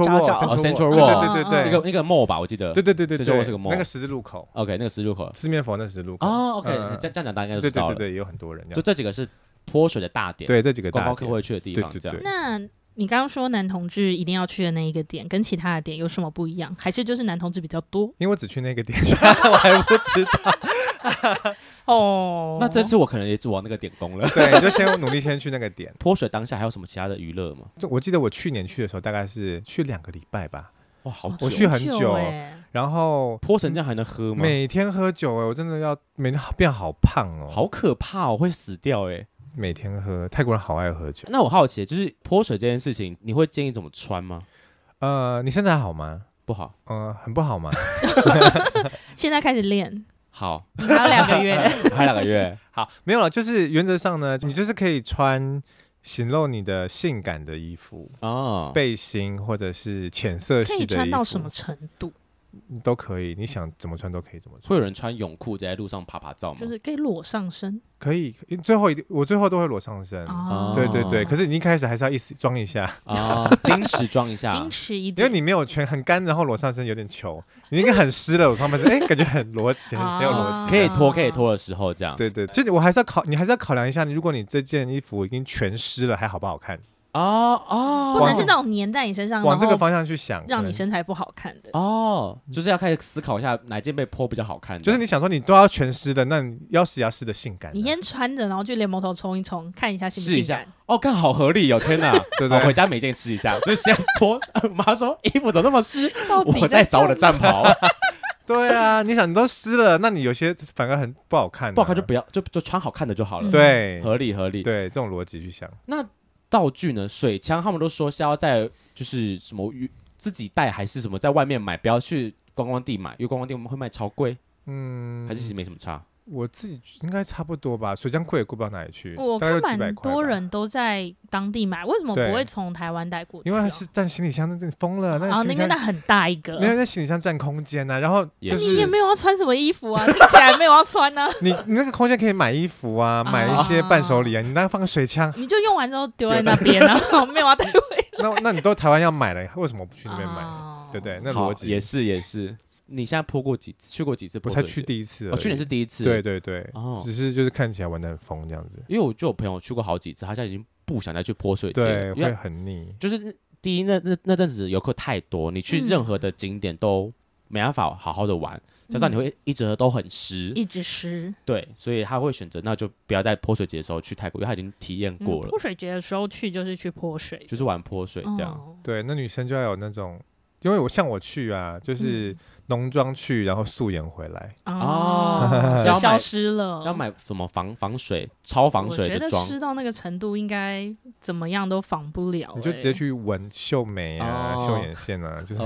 Speaker 5: World， 对，
Speaker 2: 那个 mall 吧，我记得，
Speaker 5: 对，
Speaker 2: 是个 mall，
Speaker 5: 那个十字路口
Speaker 2: ，OK， 那个十字路口，
Speaker 5: 四面佛那十字路口。
Speaker 2: OK， 这样讲大概就知道了。
Speaker 5: 对，也有很多人，
Speaker 2: 就这几个是泼水的大点，
Speaker 5: 对，这几个
Speaker 2: 观光客会去的地方，
Speaker 5: 对。
Speaker 3: 那你刚刚说男同志一定要去的那一个点，跟其他的点有什么不一样？还是就是男同志比较多？
Speaker 5: 因为我只去那个点，我还不知道。
Speaker 2: 那这次我可能也只往那个点攻了。
Speaker 5: 对，就先努力先去那个点。
Speaker 2: 泼水当下还有什么其他的娱乐吗？
Speaker 5: 我记得我去年去的时候，大概是去2个礼拜吧。
Speaker 2: 哇，好久！
Speaker 5: 我去很久，然后
Speaker 2: 泼成这样还能喝吗？
Speaker 5: 每天喝酒我真的要每天变好胖哦，
Speaker 2: 好可怕，我会死掉
Speaker 5: 每天喝，泰国人好爱喝酒。
Speaker 2: 那我好奇，就是泼水这件事情，你会建议怎么穿吗？
Speaker 5: 你身材好吗？
Speaker 2: 不好。
Speaker 5: 很不好吗？
Speaker 3: 现在开始练。
Speaker 2: 好，
Speaker 3: 还有2个月。
Speaker 2: 还有2个月。
Speaker 5: 好，没有了。就是原则上呢，你就是可以穿显露你的性感的衣服背心或者是浅色系的衣服，
Speaker 3: 可以穿到什么程度？
Speaker 5: 都可以，你想怎么穿都可以怎么穿。
Speaker 2: 会有人穿泳裤在路上爬照吗？
Speaker 3: 就是可以裸上身。
Speaker 5: 可以，我最后都会裸上身。对。可是你一开始还是要装一下
Speaker 2: 矜持装一下，
Speaker 3: 矜持一点。
Speaker 5: 因为你没有很干，然后裸上身有点糗。你应该很湿了，裸上半身，感觉很逻辑，很有逻辑。
Speaker 2: 可以脱的时候这样。
Speaker 5: 对，就你还是要考量一下，如果你这件衣服已经全湿了，还好不好看？
Speaker 3: 不能是那种粘在你身上，
Speaker 5: 往这个方向去想，
Speaker 3: 让你身材不好看的。
Speaker 2: 就是要开始思考一下哪件被泼比较好看。
Speaker 5: 就是你想说你都要全湿的，那你要湿的性感。
Speaker 3: 你先穿着，然后去连毛头冲一冲，看一下性不性感。
Speaker 2: 看好合理哦！天哪，
Speaker 5: 对不对？
Speaker 2: 回家每件试一下，就是先泼。妈说衣服怎么那么湿？我在找我的战袍。
Speaker 5: 对啊，你想你都湿了，那你有些反而很不好看，
Speaker 2: 不好看就不要，就穿好看的就好了。
Speaker 5: 对，
Speaker 2: 合理。
Speaker 5: 对，这种逻辑去想。
Speaker 2: 那道具呢？水枪他们都说是要在就是什么自己带还是什么，在外面买，不要去观光地买，因为观光地我们会卖超贵。还是其实没什么差。
Speaker 5: 我自己应该差不多吧，水枪贵也贵不到哪里去。
Speaker 3: 我看蛮多人都在当地买，为什么不会从台湾带过去？
Speaker 5: 因为是占行李箱，那疯了。
Speaker 3: 因为那很大一个，
Speaker 5: 没有，那行李箱占空间啊。然后就是
Speaker 3: 你也没有要穿什么衣服啊，听起来没有要穿啊。
Speaker 5: 你那个空间可以买衣服啊，买一些伴手礼啊，你那放个水枪，
Speaker 3: 你就用完之后丢在那边啊，没有要带回来。
Speaker 5: 那你都台湾要买了，为什么不去那边买？对不对？那逻辑
Speaker 2: 也是。你现在去过几次？
Speaker 5: 我才去第一次，
Speaker 2: 去年是第一次。
Speaker 5: 对，只是就是看起来玩得很疯这样子。
Speaker 2: 因为我就有朋友去过好几次，他现在已经不想再去泼水节
Speaker 5: 了，对，会很腻。
Speaker 2: 就是第一，那阵子游客太多，你去任何的景点都没办法好好的玩，加上你会一直都很湿，
Speaker 3: 一直湿。
Speaker 2: 对，所以他会选择那就不要在泼水节的时候去泰国，因为他已经体验过了。
Speaker 3: 泼水节的时候去就是去泼水，
Speaker 2: 就是玩泼水这样。
Speaker 5: 对，那女生就要有那种。因为我去啊，就是浓妆去，然后素颜回来
Speaker 3: 就消失了。
Speaker 2: 要买什么防水、超防水的妆？
Speaker 3: 我觉得湿到那个程度，应该怎么样都防不了。
Speaker 5: 你就直接去秀眉啊、秀眼线啊，就是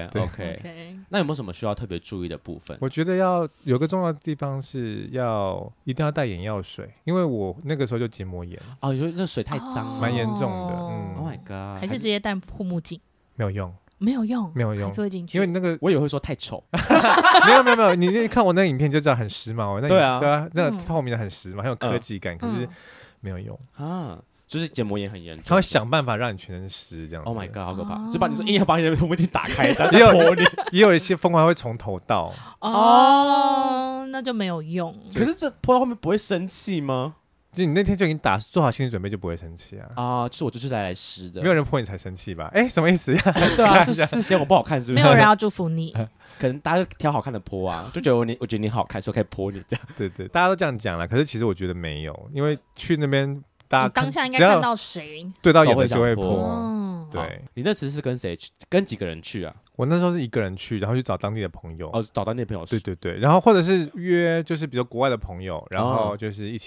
Speaker 2: OK。那有没有什么需要特别注意的部分？
Speaker 5: 我觉得要有个重要的地方是一定要带眼药水，因为我那个时候就结膜炎。
Speaker 2: 你说那水太脏，
Speaker 5: 蛮严重的。
Speaker 2: Oh my god！
Speaker 3: 还是直接戴护目镜？
Speaker 5: 没有用。
Speaker 3: 没有用，
Speaker 5: 还
Speaker 3: 是会进去。
Speaker 5: 因为那个
Speaker 2: 我以为会说太丑，
Speaker 5: 没有，你看我那个影片就知道很时髦。对啊，那个透明的很时髦，很有科技感，可是没有用
Speaker 2: 啊。就是结膜炎很严重，
Speaker 5: 他会想办法让你全身湿，这样。
Speaker 2: Oh my god， 好可怕！就把你说硬要把你的护目镜打开，
Speaker 5: 也有一些疯狂会从头到。
Speaker 3: 那就没有用。
Speaker 2: 可是这泼到后面不会生气吗？
Speaker 5: 就你那天就已经做好心理准备，就不会生气啊！
Speaker 2: 就是我就是来湿的，
Speaker 5: 没有人泼你才生气吧？什么意思？
Speaker 2: 对啊，是嫌我不好看，是不是？
Speaker 3: 没有人要祝福你，
Speaker 2: 可能大家挑好看的泼啊，就觉得我觉得你好看，所以可以泼你这样。
Speaker 5: 对，大家都这样讲了，可是其实我觉得没有，因为去那边大家
Speaker 3: 当下应该看到谁
Speaker 5: 对到眼的就会泼。对，
Speaker 2: 你那次是跟谁去？跟几个人去啊？
Speaker 5: 我那时候是一个人去，然后去找当地的朋友。
Speaker 2: 找当地的朋友。
Speaker 5: 对，然后或者是约，就是比如国外的朋友，然后就是一起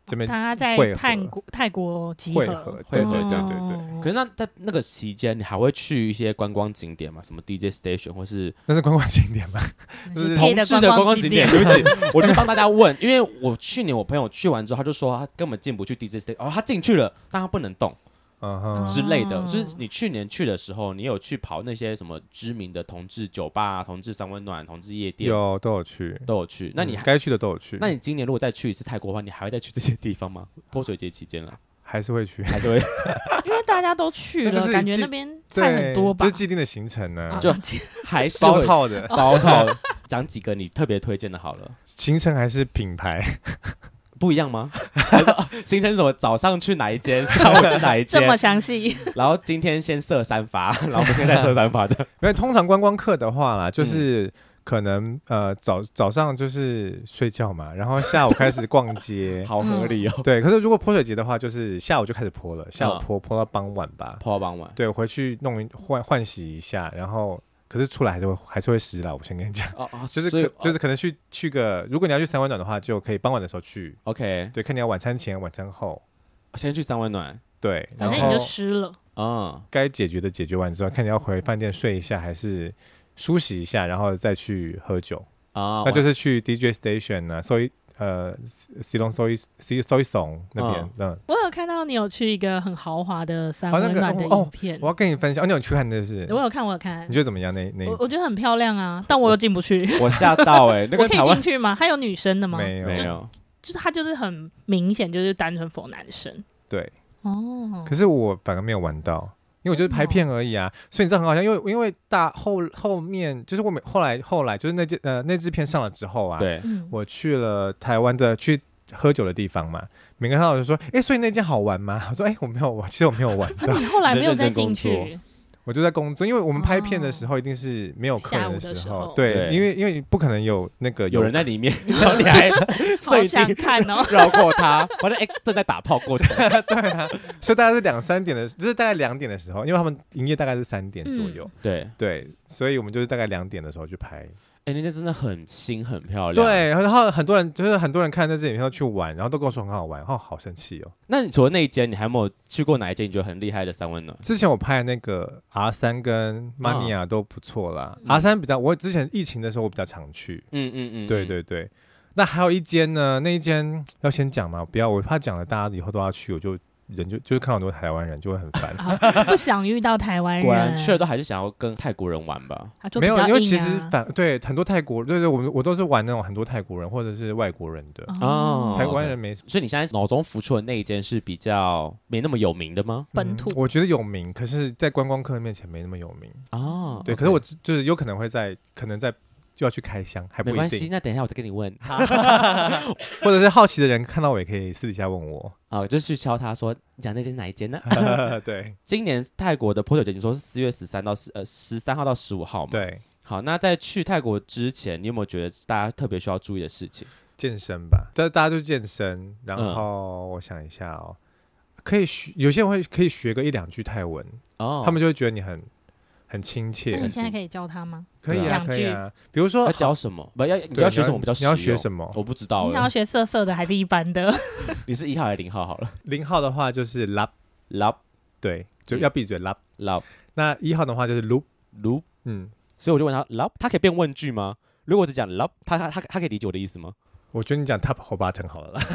Speaker 5: 这边
Speaker 3: 大家在泰国集合，
Speaker 5: 对。
Speaker 2: 可是那在那个期间，你还会去一些观光景点吗？什么 DJ station 或是
Speaker 5: 那是观光景点吗？
Speaker 2: 就是同志的观光景点。对不起，我就帮大家问，因为我去年我朋友去完之后，他就说他根本进不去 DJ station， 他进去了，但他不能动。之类的，就是你去年去的时候，你有去跑那些什么知名的同志酒吧、同志三温暖、同志夜店？
Speaker 5: 都有去。
Speaker 2: 那你
Speaker 5: 该去的都有去。
Speaker 2: 那你今年如果再去一次泰国的话，你还会再去这些地方吗？泼水节期间了，
Speaker 5: 还是会去，
Speaker 3: 因为大家都去了，感觉那边菜很多吧？
Speaker 5: 就是既定的行程呢，
Speaker 2: 就还是
Speaker 5: 包套的。
Speaker 2: 讲几个你特别推荐的好了。
Speaker 5: 行程还是品牌？
Speaker 2: 不一样吗？行程是什么？早上去哪一间，下午去哪一间？
Speaker 3: 这么详细。
Speaker 2: 然后今天先射3发，然后明天再射3发的。
Speaker 5: 因为通常观光客的话啦，就是可能早上就是睡觉嘛，然后下午开始逛街，
Speaker 2: 好合理哦。
Speaker 5: 对，可是如果泼水节的话，就是下午就开始泼了，下午泼到傍晚吧，
Speaker 2: 泼到傍晚。
Speaker 5: 对，回去换洗一下，然后。可是出来还是会湿啦，我先跟你讲，就是可能去个，如果你要去三温暖的话，就可以傍晚的时候去。
Speaker 2: OK，
Speaker 5: 对，看你要晚餐前、晚餐后，
Speaker 2: 先去三温暖。
Speaker 5: 对，
Speaker 3: 反正你就湿了。
Speaker 5: 该解决的解决完之后，看你要回饭店睡一下，还是梳洗一下，然后再去喝酒。那就是去 DJ station 啊，所以西隆搜一怂那边，
Speaker 3: 我有看到你有去一个很豪华的三温暖的影片，
Speaker 5: 我要跟你分享。你有去看的是？
Speaker 3: 我有看，
Speaker 5: 你觉得怎么样？
Speaker 3: 我觉得很漂亮啊，但我又进不去。
Speaker 2: 我吓到那个
Speaker 3: 我可以进去吗？还有女生的吗？
Speaker 5: 没有，
Speaker 3: 就是它就是很明显就是单纯 for 男生。
Speaker 5: 对，可是我反而没有玩到。因为我就是拍片而已啊，所以你知道很好笑，因为后面就是我后来就是那支片上了之后啊，
Speaker 2: 对，
Speaker 5: 我去了台湾去喝酒的地方嘛，每个人看到我就说，所以那间好玩吗？我说，其实我没有玩到。
Speaker 3: 你后来没有再进去？
Speaker 5: 我就在工作，因为我们拍片的时候一定是没有客人的时候，对，因为不可能有人
Speaker 2: 在里面，然后你还
Speaker 3: 好想看哦，
Speaker 2: 绕过他，反正正在打炮过程，
Speaker 5: 对啊，所以大概是2-3点的，就是大概2点的时候，因为他们营业大概是3点左右，对，所以我们就是大概2点的时候去拍。
Speaker 2: 那间真的很新很漂亮，
Speaker 5: 对，然后很多人看在这里面去玩，然后都跟我说很好玩，好生气哦。
Speaker 2: 那你除了那一间，你还有没有去过哪一间你觉得很厉害的三温暖？
Speaker 5: 之前我拍的那个 R3 跟 Mania 都不错啦。R3 我之前疫情的时候我比较常去，对。那还有一间呢，那一间要先讲吗？不要，我怕讲了大家以后都要去，我就。人就是看到很多台湾人就会很烦，
Speaker 3: 不想遇到台湾人。
Speaker 2: 果然去了都还是想要跟泰国人玩吧？
Speaker 5: 没有，因为其实对很多泰国，对，我都是玩那种很多泰国人或者是外国人的台湾人没。
Speaker 2: 所以你现在脑中浮出的那一间是比较没那么有名的吗？
Speaker 3: 本土
Speaker 5: 我觉得有名，可是在观光客面前没那么有名哦。对，可是我就是有可能会就要去开箱，还不一定。
Speaker 2: 没关系，那等一下我再跟你问，
Speaker 5: 或者是好奇的人看到我也可以私底下问我。
Speaker 2: 就去敲他说，你讲那间是哪一间呢？
Speaker 5: 对，
Speaker 2: 今年泰国的泼水节你说是4月13到13号到15号嘛？
Speaker 5: 对。
Speaker 2: 好，那在去泰国之前，你有没有觉得大家特别需要注意的事情？
Speaker 5: 健身吧，大家就健身，然后我想一下哦，有些人可以学个1-2句泰文他们就会觉得你很亲切。
Speaker 3: 那你现在可以教他吗？
Speaker 5: 可以啊，可以啊。比如说
Speaker 2: 要教什么？你要学什么比较实用？
Speaker 5: 你要学什么？
Speaker 2: 我不知道。
Speaker 3: 你想要学色色的还是一般的？
Speaker 2: 你是1号还是0号好了
Speaker 5: ？0号的话就是 lap， 对，就要闭嘴 lap。那1号的话就是 loop。
Speaker 2: 所以我就问他 lap， 他可以变问句吗？如果我只讲 lap， 他可以理解我的意思吗？
Speaker 5: 我觉得你讲 top or bottom 好了啦。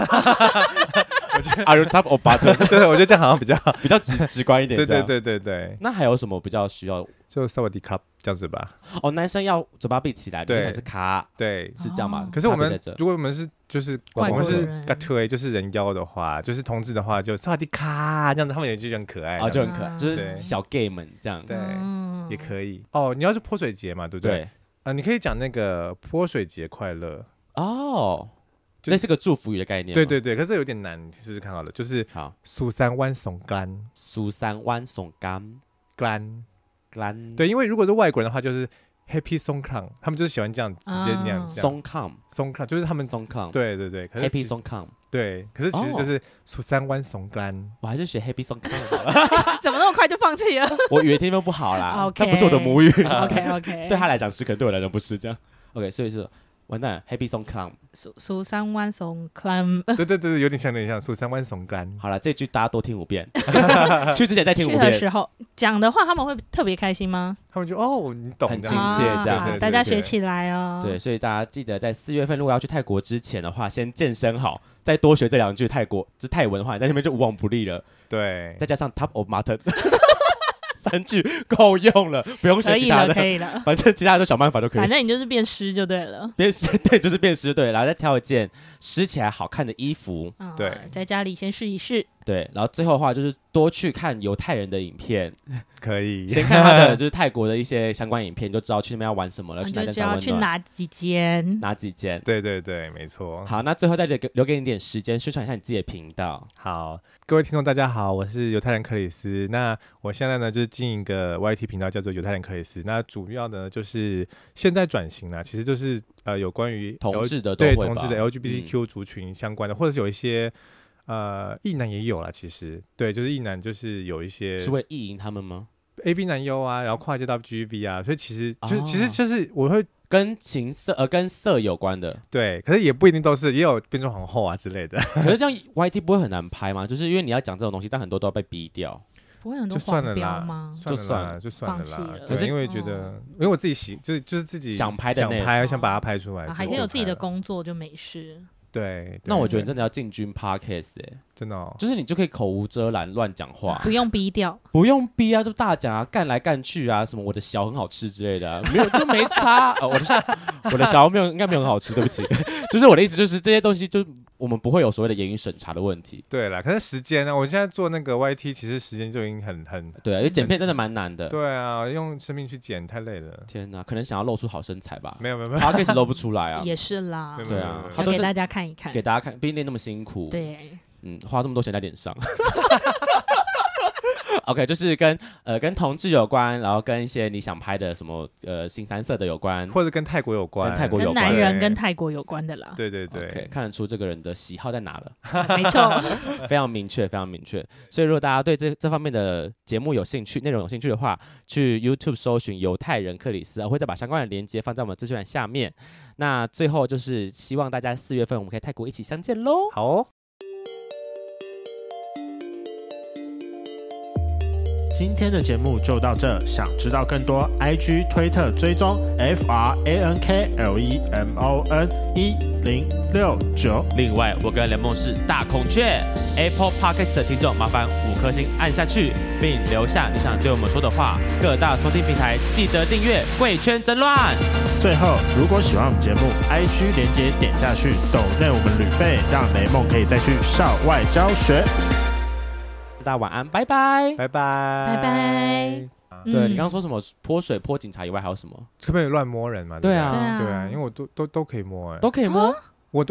Speaker 2: Are you top or bottom？
Speaker 5: 对，我觉得这样好像比
Speaker 2: 较直观一点。
Speaker 5: 对。
Speaker 2: 那还有什么比较需要？
Speaker 5: 就萨瓦迪卡这样子吧。
Speaker 2: 男生要嘴巴闭起来，女生才是卡。
Speaker 5: 对，
Speaker 2: 是这样吗？
Speaker 5: 可是如果我们是我们是 gatway 就是人妖的话，就是同志的话，就萨瓦迪卡这样子，他们也就很可爱
Speaker 2: 就很可爱，就是小 gay 们这样。
Speaker 5: 对，也可以。你要是泼水节嘛，对不对？你可以讲那个泼水节快乐
Speaker 2: 这是个祝福语的概念。
Speaker 5: 对，可是有点难，你试试看好了。就是苏三湾松干，对，因为如果是外国人的话，就是 Happy Songkran， 他们就是喜欢这样直接那样。Songkran 就是他们
Speaker 2: Songkran，
Speaker 5: 对。
Speaker 2: Happy Songkran，
Speaker 5: 对，可是其实就是苏三湾松干。
Speaker 2: 我还是学 Happy Songkran 好了。
Speaker 3: 怎么那么快就放弃了？
Speaker 2: 我语言天分不好啦，它不是我的母语。
Speaker 3: OK，
Speaker 2: 对他来讲是，可能对我来讲不是这样。OK， 所以是。 完蛋 ，Happy Song Climb，
Speaker 3: 蜀山湾松 climb，
Speaker 5: 对，有点像蜀山湾松干。
Speaker 2: 好了，这句大家多听5遍，去之前再听5遍。
Speaker 3: 去的时候讲的话，他们会特别开心吗？
Speaker 5: 他们就你懂，
Speaker 2: 很亲切这样，
Speaker 5: 对，
Speaker 3: 大家学起来哦。
Speaker 2: 对，所以大家记得在4月份如果要去泰国之前的话，先健身好，再多学这2句泰文的话，你在那边就无往不利了。
Speaker 5: 对，
Speaker 2: 再加上 Top of Mutton。3句够用了，不用学其他的，
Speaker 3: 可以了，
Speaker 2: 反正其他的都想办法就可以。
Speaker 3: 反正你就是变湿就对了，
Speaker 2: 变湿对，就是变湿对，然后再挑一件湿起来好看的衣服，
Speaker 5: 对，
Speaker 3: 在家里先试一试。
Speaker 2: 对，然后最后的话就是多去看犹太人的影片，
Speaker 5: 可以
Speaker 2: 先看他的就是泰国的一些相关影片，你就知道去那边要玩什么了，
Speaker 3: 你就知道去哪几间，
Speaker 5: 对，没错。
Speaker 2: 好，那最后再留给你点时间宣传一下你自己的频道。
Speaker 5: 好，各位听众大家好，我是犹太人克里斯。那我现在呢就是经营一个 YT 频道叫做犹太人克里斯。那主要呢就是现在转型啦，其实就是有关于
Speaker 2: 同志的
Speaker 5: 对同志的 LGBTQ 族群相关的，或者是有一些异男也有啦。其实对，就是异男就是有一些
Speaker 2: 是为了意淫他们吗
Speaker 5: ？AV 男优啊，然后跨界到 GV 啊，所以其实就是我会。
Speaker 2: 跟跟色有关的，
Speaker 5: 对，可是也不一定都是，也有变装皇后啊之类的。
Speaker 2: 可是这样 YT 不会很难拍吗？就是因为你要讲这种东西，但很多都要被逼掉。
Speaker 3: 不会很多黄标吗？
Speaker 5: 就算了啦。
Speaker 2: 可是
Speaker 5: 因为觉得，因为我自己就是自己
Speaker 2: 想拍，
Speaker 5: 想把它拍出来，
Speaker 3: 还可以有自己的工作就没事。
Speaker 5: 对，
Speaker 2: 那我觉得你真的要进军 Podcast
Speaker 5: 真的
Speaker 2: 就是你就可以口无遮拦乱讲话，
Speaker 3: 不用逼掉，
Speaker 2: 不用逼啊，就大讲啊，干来干去啊，什么我的小很好吃之类的、啊，没有就没差、我的小应该没有很好吃，对不起，就是我的意思就是这些东西就我们不会有所谓的言语审查的问题。
Speaker 5: 对啦，可是时间呢？我现在做那个 YT， 其实时间就已经很
Speaker 2: 对啊，因为剪片真的蛮难的。
Speaker 5: 对啊，用生命去剪太累了。
Speaker 2: 天哪，可能想要露出好身材吧？
Speaker 5: 没有
Speaker 2: ，Podcast 露不出来啊。
Speaker 3: 也是啦，
Speaker 2: 对啊，
Speaker 3: 要给大家看一看，
Speaker 2: 给大家看，毕竟练那么辛苦。
Speaker 3: 对。
Speaker 2: 花这么多钱在脸上，OK， 就是跟同志有关，然后跟一些你想拍的什么新三色的有关，
Speaker 5: 或者跟泰国有关，
Speaker 3: 跟男人跟泰国有关的啦。
Speaker 5: 对
Speaker 2: ，okay， 看得出这个人的喜好在哪了，
Speaker 3: 没错，
Speaker 2: 非常明确，非常明确。所以如果大家对这方面的节目有兴趣，内容有兴趣的话，去 YouTube 搜寻犹太人克里斯，我会再把相关的连接放在我们资讯栏下面。那最后就是希望大家4月份我们可以泰国一起相见喽。
Speaker 5: 好哦。
Speaker 4: 今天的节目就到这，想知道更多 IG 推特追踪 FRANKLEMON1069。
Speaker 2: 另外我跟雷梦是大孔雀 Apple Podcast 的听众，麻烦5颗星按下去，并留下你想对我们说的话。各大收听平台记得订阅贵圈争乱。
Speaker 4: 最后如果喜欢我们节目， IG 连结点下去，抖内我们旅费，让雷梦可以再去校外教学。
Speaker 2: 大家晚安，拜拜，
Speaker 5: 拜拜，
Speaker 3: 拜拜。
Speaker 2: 对，你刚刚说什么泼水泼警察以外还有什么？
Speaker 5: 可不可以乱摸人嘛？
Speaker 2: 对啊，
Speaker 5: 因为我都可以摸，
Speaker 2: 都可以摸，
Speaker 5: 我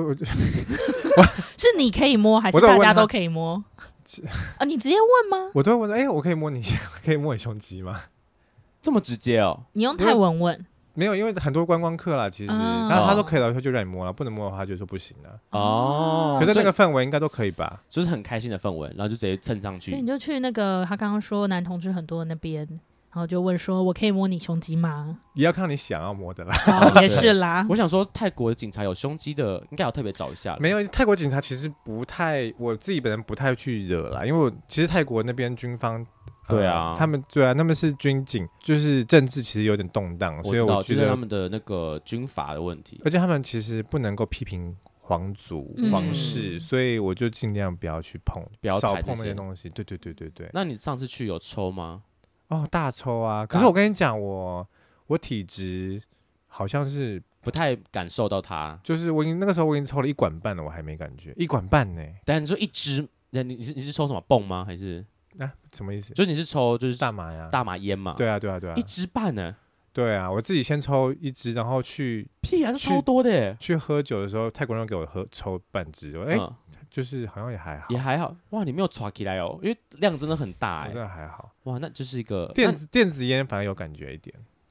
Speaker 3: 是你可以摸还是大家都可以摸？你直接问吗？
Speaker 5: 我都会问，我可以摸你胸肌吗？
Speaker 2: 这么直接哦？
Speaker 3: 你用泰文问。
Speaker 5: 没有，因为很多观光客啦，其实他说可以的话就让你摸了，不能摸的话他就说不行了。可是那个氛围应该都可以吧？
Speaker 2: 就是很开心的氛围，然后就直接蹭上去。
Speaker 3: 所以你就去那个他刚刚说男同志很多的那边，然后就问说：“我可以摸你胸肌吗？”
Speaker 5: 也要看你想要摸的啦。
Speaker 3: 也是啦。
Speaker 2: 我想说，泰国的警察有胸肌的，应该要特别找一下。
Speaker 5: 没有，泰国警察其实不太，我自己本人不太去惹啦，因为其实泰国那边军方。
Speaker 2: 对啊，
Speaker 5: 他们是军警，就是政治其实有点动荡，所以我觉得
Speaker 2: 他们的那个军阀的问题，
Speaker 5: 而且他们其实不能够批评皇族、皇室，所以我就尽量不要去碰，少碰那些东西。对。
Speaker 2: 那你上次去有抽吗？
Speaker 5: 大抽啊！可是我跟你讲，我体质好像是
Speaker 2: 不太感受到它，
Speaker 5: 就是那个时候我已经抽了1管半了，我还没感觉1管半呢。
Speaker 2: 但你说一支，你是抽什么泵吗？还是？
Speaker 5: 什么意思？
Speaker 2: 就是你是抽就是
Speaker 5: 大麻呀，
Speaker 2: 大麻烟嘛？
Speaker 5: 对啊
Speaker 2: ，1支半呢？
Speaker 5: 对啊，我自己先抽1支，然后去
Speaker 2: 屁啊，超多的耶！
Speaker 5: 去喝酒的时候，泰国人给我抽半支，就是好像也还好，
Speaker 2: 哇，你没有抓起来哦，因为量真的很大
Speaker 5: 真的还好。
Speaker 2: 哇，那就是一个
Speaker 5: 电子烟反而有感觉一点。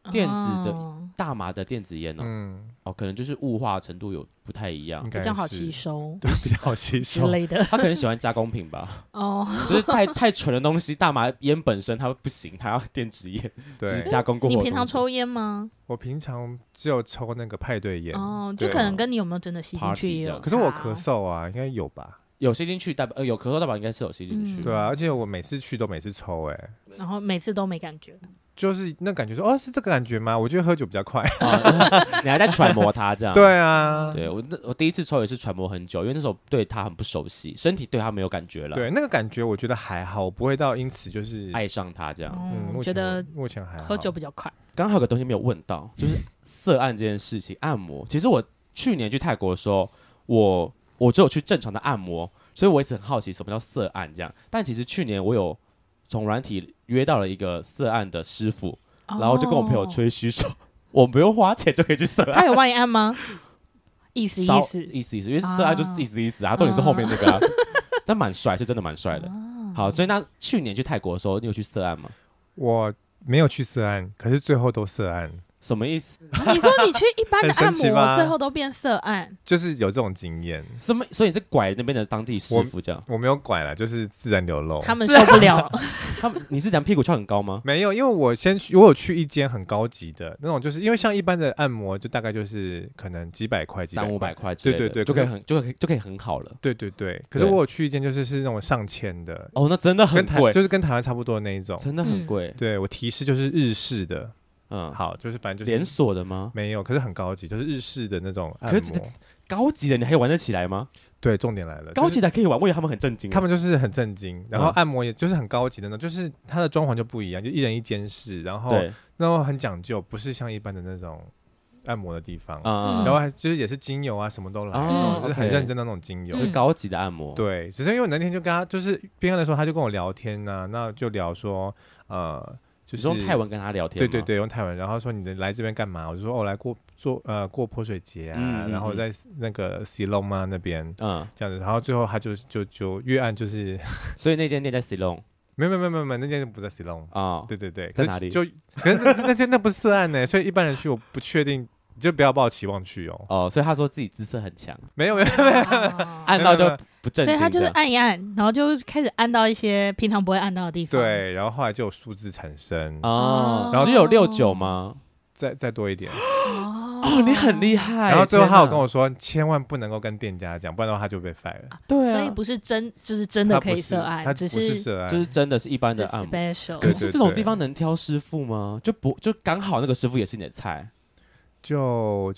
Speaker 2: 电子的大麻的电子烟可能就是雾化程度有不太一样，
Speaker 3: 比较好吸收，
Speaker 5: 对，比较好吸收
Speaker 3: 之类的。
Speaker 2: 他可能喜欢加工品吧，就是太纯的东西，大麻烟本身它不行，它要电子烟，就是加工过后。
Speaker 3: 你平常抽烟吗？
Speaker 5: 我平常只有抽那个派对烟，
Speaker 3: 就可能跟你有没有真的吸进去也有差。
Speaker 5: 可是我咳嗽啊，应该有吧？
Speaker 2: 有吸进去代表有咳嗽代表应该是有吸进去，
Speaker 5: 对啊，而且我每次去都每次抽
Speaker 3: 然后每次都没感觉。
Speaker 5: 就是那感觉说是这个感觉吗？我觉得喝酒比较快，
Speaker 2: 你还在揣摩它这样。
Speaker 5: 对啊，
Speaker 2: 对我第一次抽也是揣摩很久，因为那时候对它很不熟悉，身体对它没有感觉了。
Speaker 5: 对，那个感觉我觉得还好，我不会到因此就是
Speaker 2: 爱上它这样。
Speaker 3: 觉得
Speaker 5: 目前还好，
Speaker 3: 喝酒比较快。
Speaker 2: 刚刚还有个东西没有问到，就是色按这件事情，按摩。其实我去年去泰国的时候，我只有去正常的按摩，所以我一直很好奇什么叫色按这样。但其实去年我有从软体约到了一个色按的师傅，然后就跟我朋友吹嘘说，我不用花钱就可以去色按。
Speaker 3: 他有帮你按吗？意思，因
Speaker 2: 为色按就是意思啊，重点是后面那个但蛮帅，是真的蛮帅的。好，所以那去年去泰国的时候，你有去色按吗？
Speaker 5: 我没有去色按，可是最后都色按。
Speaker 2: 什么意思？
Speaker 3: 你说你去一般的按摩，最后都变色按，
Speaker 5: 就是有这种经验。
Speaker 2: 什么？所以你是拐那边的当地师傅这样？
Speaker 5: 我没有拐啦，就是自然流露。
Speaker 3: 他们受不了。
Speaker 2: 你是讲屁股翘很高吗？
Speaker 5: 没有，因为我有去一间很高级的那种，就是因为像一般的按摩，就大概就是可能几百块、
Speaker 2: 300-500块之类的，
Speaker 5: 对，
Speaker 2: 就可以很好了。
Speaker 5: 对。可是我有去一间就是那种上千的，
Speaker 2: 那真的很贵，
Speaker 5: 就是跟台湾差不多的那一种，
Speaker 2: 真的很贵。
Speaker 5: 对，我提示就是日式的。好，就是反正就是
Speaker 2: 连锁的吗？
Speaker 5: 没有，可是很高级，就是日式的那种按摩。可是
Speaker 2: 高级的你还玩得起来吗？
Speaker 5: 对，重点来了，
Speaker 2: 高级的可以玩，我以为他们很震惊。
Speaker 5: 他们就是很震惊，然后按摩也就是很高级的呢，就是它的装潢就不一样，就一人一间室，然后很讲究，不是像一般的那种按摩的地方，然后就是也是精油啊，什么都来，就是很认真的那种精油，
Speaker 2: 是高级的按摩。
Speaker 5: 对，只是因为我那天就跟他就是边看的时候，他就跟我聊天啊，那就聊说就是
Speaker 2: 用泰文跟他聊天，
Speaker 5: 对，用泰文，然后说你来这边干嘛？我就说来过泼水节啊，然后在那个西隆嘛那边，这样子，然后最后他就约案就是，
Speaker 2: 所以那间店在西隆，
Speaker 5: 没有，那间不在西隆啊，对，
Speaker 2: 在哪里？
Speaker 5: 可是那间那不是色按呢，所以一般人去我不确定。你就不要抱期望去
Speaker 2: 所以他说自己姿色很强，
Speaker 5: 没有，
Speaker 2: 按到就不正经，
Speaker 3: 所以他就是按一按，然后就开始按到一些平常不会按到的地方。
Speaker 5: 对，然后后来就有数字产生
Speaker 2: 然后只有69吗？
Speaker 5: 再多一点
Speaker 2: 你很厉害。
Speaker 5: 然后最后他有跟我说，千万不能够跟店家讲，不然的话他就被 fire 了。
Speaker 3: 对，所以不是就是真的可以色按，
Speaker 5: 他只是色按，
Speaker 2: 就是真的是一般的按摩。
Speaker 3: special。
Speaker 2: 可是这种地方能挑师傅吗？就刚好那个师傅也是你的菜。就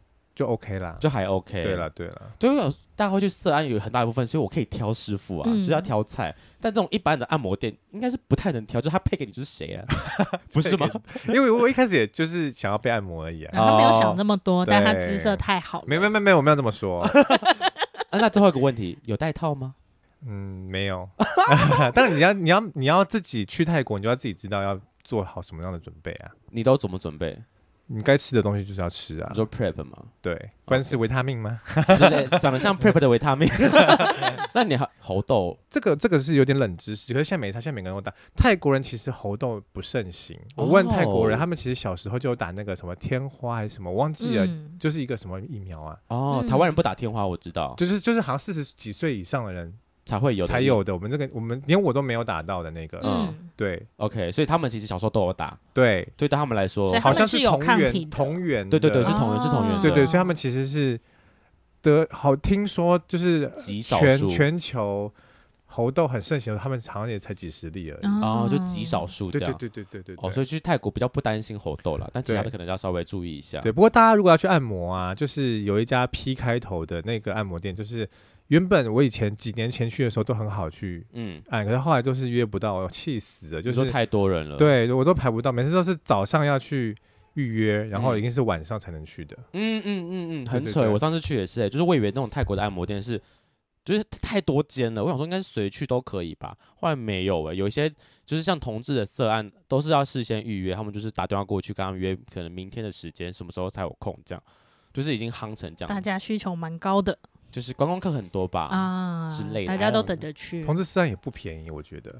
Speaker 2: OK 啦， 就还 OK。
Speaker 5: 对了，
Speaker 2: 对，大家会去色按有很大一部分，所以我可以挑师傅啊，就是要挑菜。但这种一般的按摩店应该是不太能挑，就是他配给你就是谁啊，不是吗？
Speaker 5: 因为我一开始也就是想要被按摩而已啊，
Speaker 3: 他没有想那么多，但他姿色太好了。
Speaker 5: 没有，我没有这么说。
Speaker 2: 那最后一个问题，有带套吗？
Speaker 5: 没有。但你要自己去泰国，你就要自己知道要做好什么样的准备啊。
Speaker 2: 你都怎么准备？
Speaker 5: 你该吃的东西就是要吃啊。
Speaker 2: 你说 prep 吗？
Speaker 5: 对，不然是维他命吗？
Speaker 2: 之类，长得像 prep 的维他命。那你猴痘
Speaker 5: 这个是有点冷知识，可是现在没差，现在每个人都打。泰国人其实猴痘不盛行。我问泰国人，他们其实小时候就有打那个什么天花还是什么，我忘记了，就是一个什么疫苗啊。
Speaker 2: 台湾人不打天花，我知道。
Speaker 5: 就是好像40几岁以上的人。
Speaker 2: 才有的，
Speaker 5: 我们连我都没有打到的那个，对
Speaker 2: ，OK， 所以他们其实小时候都有打，
Speaker 5: 对，
Speaker 2: 对他们来说
Speaker 5: 好像是
Speaker 3: 同
Speaker 5: 源，
Speaker 2: 对，是同源，
Speaker 5: 对，所以他们其实是听说就是全球猴痘很盛行，他们好像也才几十例而已，
Speaker 2: 就极少数这样，
Speaker 5: 对，
Speaker 2: 所以去泰国比较不担心猴痘了，但其他的可能要稍微注意一下。
Speaker 5: 对，不过大家如果要去按摩啊，就是有一家 P 开头的那个按摩店，就是原本我以前几年前去的时候都很好去按，可是后来都是约不到，我气死了，就是
Speaker 2: 太多人了，
Speaker 5: 对我都排不到，每次都是早上要去预约，然后一定是晚上才能去的。
Speaker 2: 很扯。我上次去也是，就是我以为那种泰国的按摩店就是太多间了，我想说应该是随去都可以吧，后来没有有一些就是像同志的色按都是要事先预约，他们就是打电话过去跟他们约，可能明天的时间什么时候才有空，这样就是已经夯成这样。
Speaker 3: 大家需求蛮高的，
Speaker 2: 就是观光客很多吧之类的，
Speaker 3: 大家都等着去。
Speaker 5: 同志色按也不便宜，我觉得。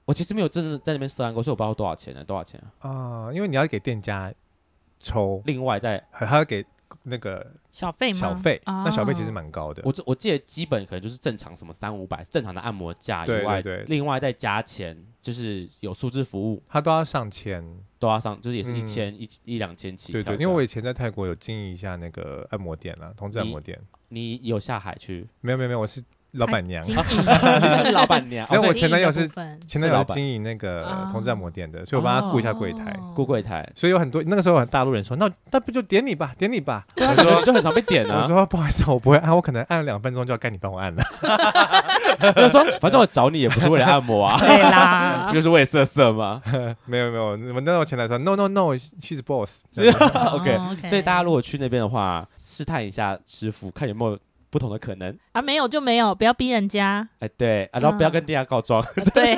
Speaker 2: 我其实没有真的在那边涉案过，所以我不知道多少钱
Speaker 5: 啊？因为你要给店家抽，
Speaker 2: 另外
Speaker 5: 还要给那个
Speaker 3: 小费吗？
Speaker 5: 小费，那小费其实蛮高的。
Speaker 2: 我记得基本可能就是正常什么300-500正常的按摩价以外，
Speaker 5: 对，
Speaker 2: 另外再加钱，就是有数字服务，
Speaker 5: 他都要上千，
Speaker 2: 就是也是1000-2000起跳。
Speaker 5: 对，因为我以前在泰国有经营一下那个按摩店啦，同志按摩店。
Speaker 2: 你有下海去？
Speaker 5: 没有，我是老板娘，
Speaker 3: 你
Speaker 2: 是老板娘。
Speaker 5: 因为我前男友是经营那个同志按摩店的，所以我帮他顾一下柜台，
Speaker 2: 顾柜台。
Speaker 5: 所以有很多那个时候很大陆人说，那不就点你吧。
Speaker 2: 我说就很常被点啊。
Speaker 5: 我说不好意思，我不会按，我可能按了2分钟就要该你帮我按了。
Speaker 2: 我说反正我找你也不是为了按摩啊，
Speaker 3: 对啦，
Speaker 2: 不就是为了色吗？
Speaker 5: 没有，我那时候前台说 no she's boss。
Speaker 2: OK， 所以大家如果去那边的话，试探一下师傅，看有没有不同的可能
Speaker 3: 啊，没有就没有，不要逼人家。
Speaker 2: 对啊，然后不要跟店家告状。
Speaker 3: 对，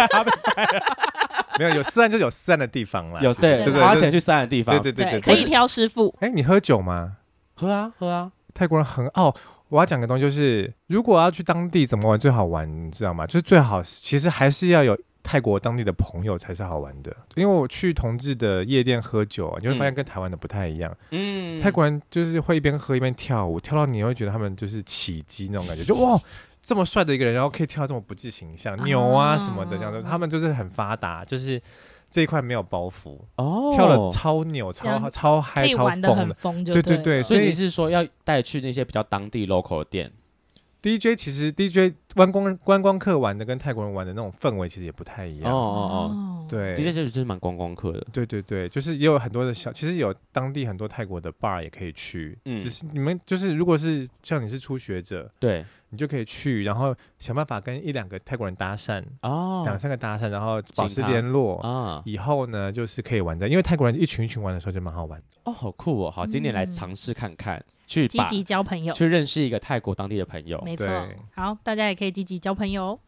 Speaker 5: 没有涉案就有涉案的地方啦，
Speaker 2: 对，花钱去涉案的地方，
Speaker 5: 对，
Speaker 3: 可以挑师傅。
Speaker 5: 你喝酒吗？
Speaker 2: 喝啊。
Speaker 5: 泰国人很我要讲个东西，就是如果要去当地怎么玩最好玩，你知道吗？就是最好其实还是要有泰国当地的朋友才是好玩的，因为我去同志的夜店喝酒你会发现跟台湾的不太一样。泰国人就是会一边喝一边跳舞，跳到你会觉得他们就是起鸡那种感觉，就哇这么帅的一个人，然后可以跳这么不计形象，扭啊什么的这样子，他们就是很发达，就是这一块没有包袱跳了超扭超嗨超疯的，对，
Speaker 2: 所以你是说要带去那些比较当地 local 的店。
Speaker 5: DJ 其实 DJ 观光客玩的跟泰国人玩的那种氛围其实也不太一样。对
Speaker 2: DJ 就是蛮观光客的。
Speaker 5: 对，就是也有很多的其实有当地很多泰国的 bar 也可以去。只是你们就是如果是像你是初学者，
Speaker 2: 对，
Speaker 5: 你就可以去，然后想办法跟1-2个泰国人搭讪，2-3个搭讪，然后保持联络以后呢，就是可以玩的。因为泰国人一群玩的时候就蛮好玩。
Speaker 2: 好酷哦！好，今年来尝试看看。去
Speaker 3: 积极交朋友，
Speaker 2: 去认识一个泰国当地的朋友，
Speaker 3: 没错。好，大家也可以积极交朋友哦。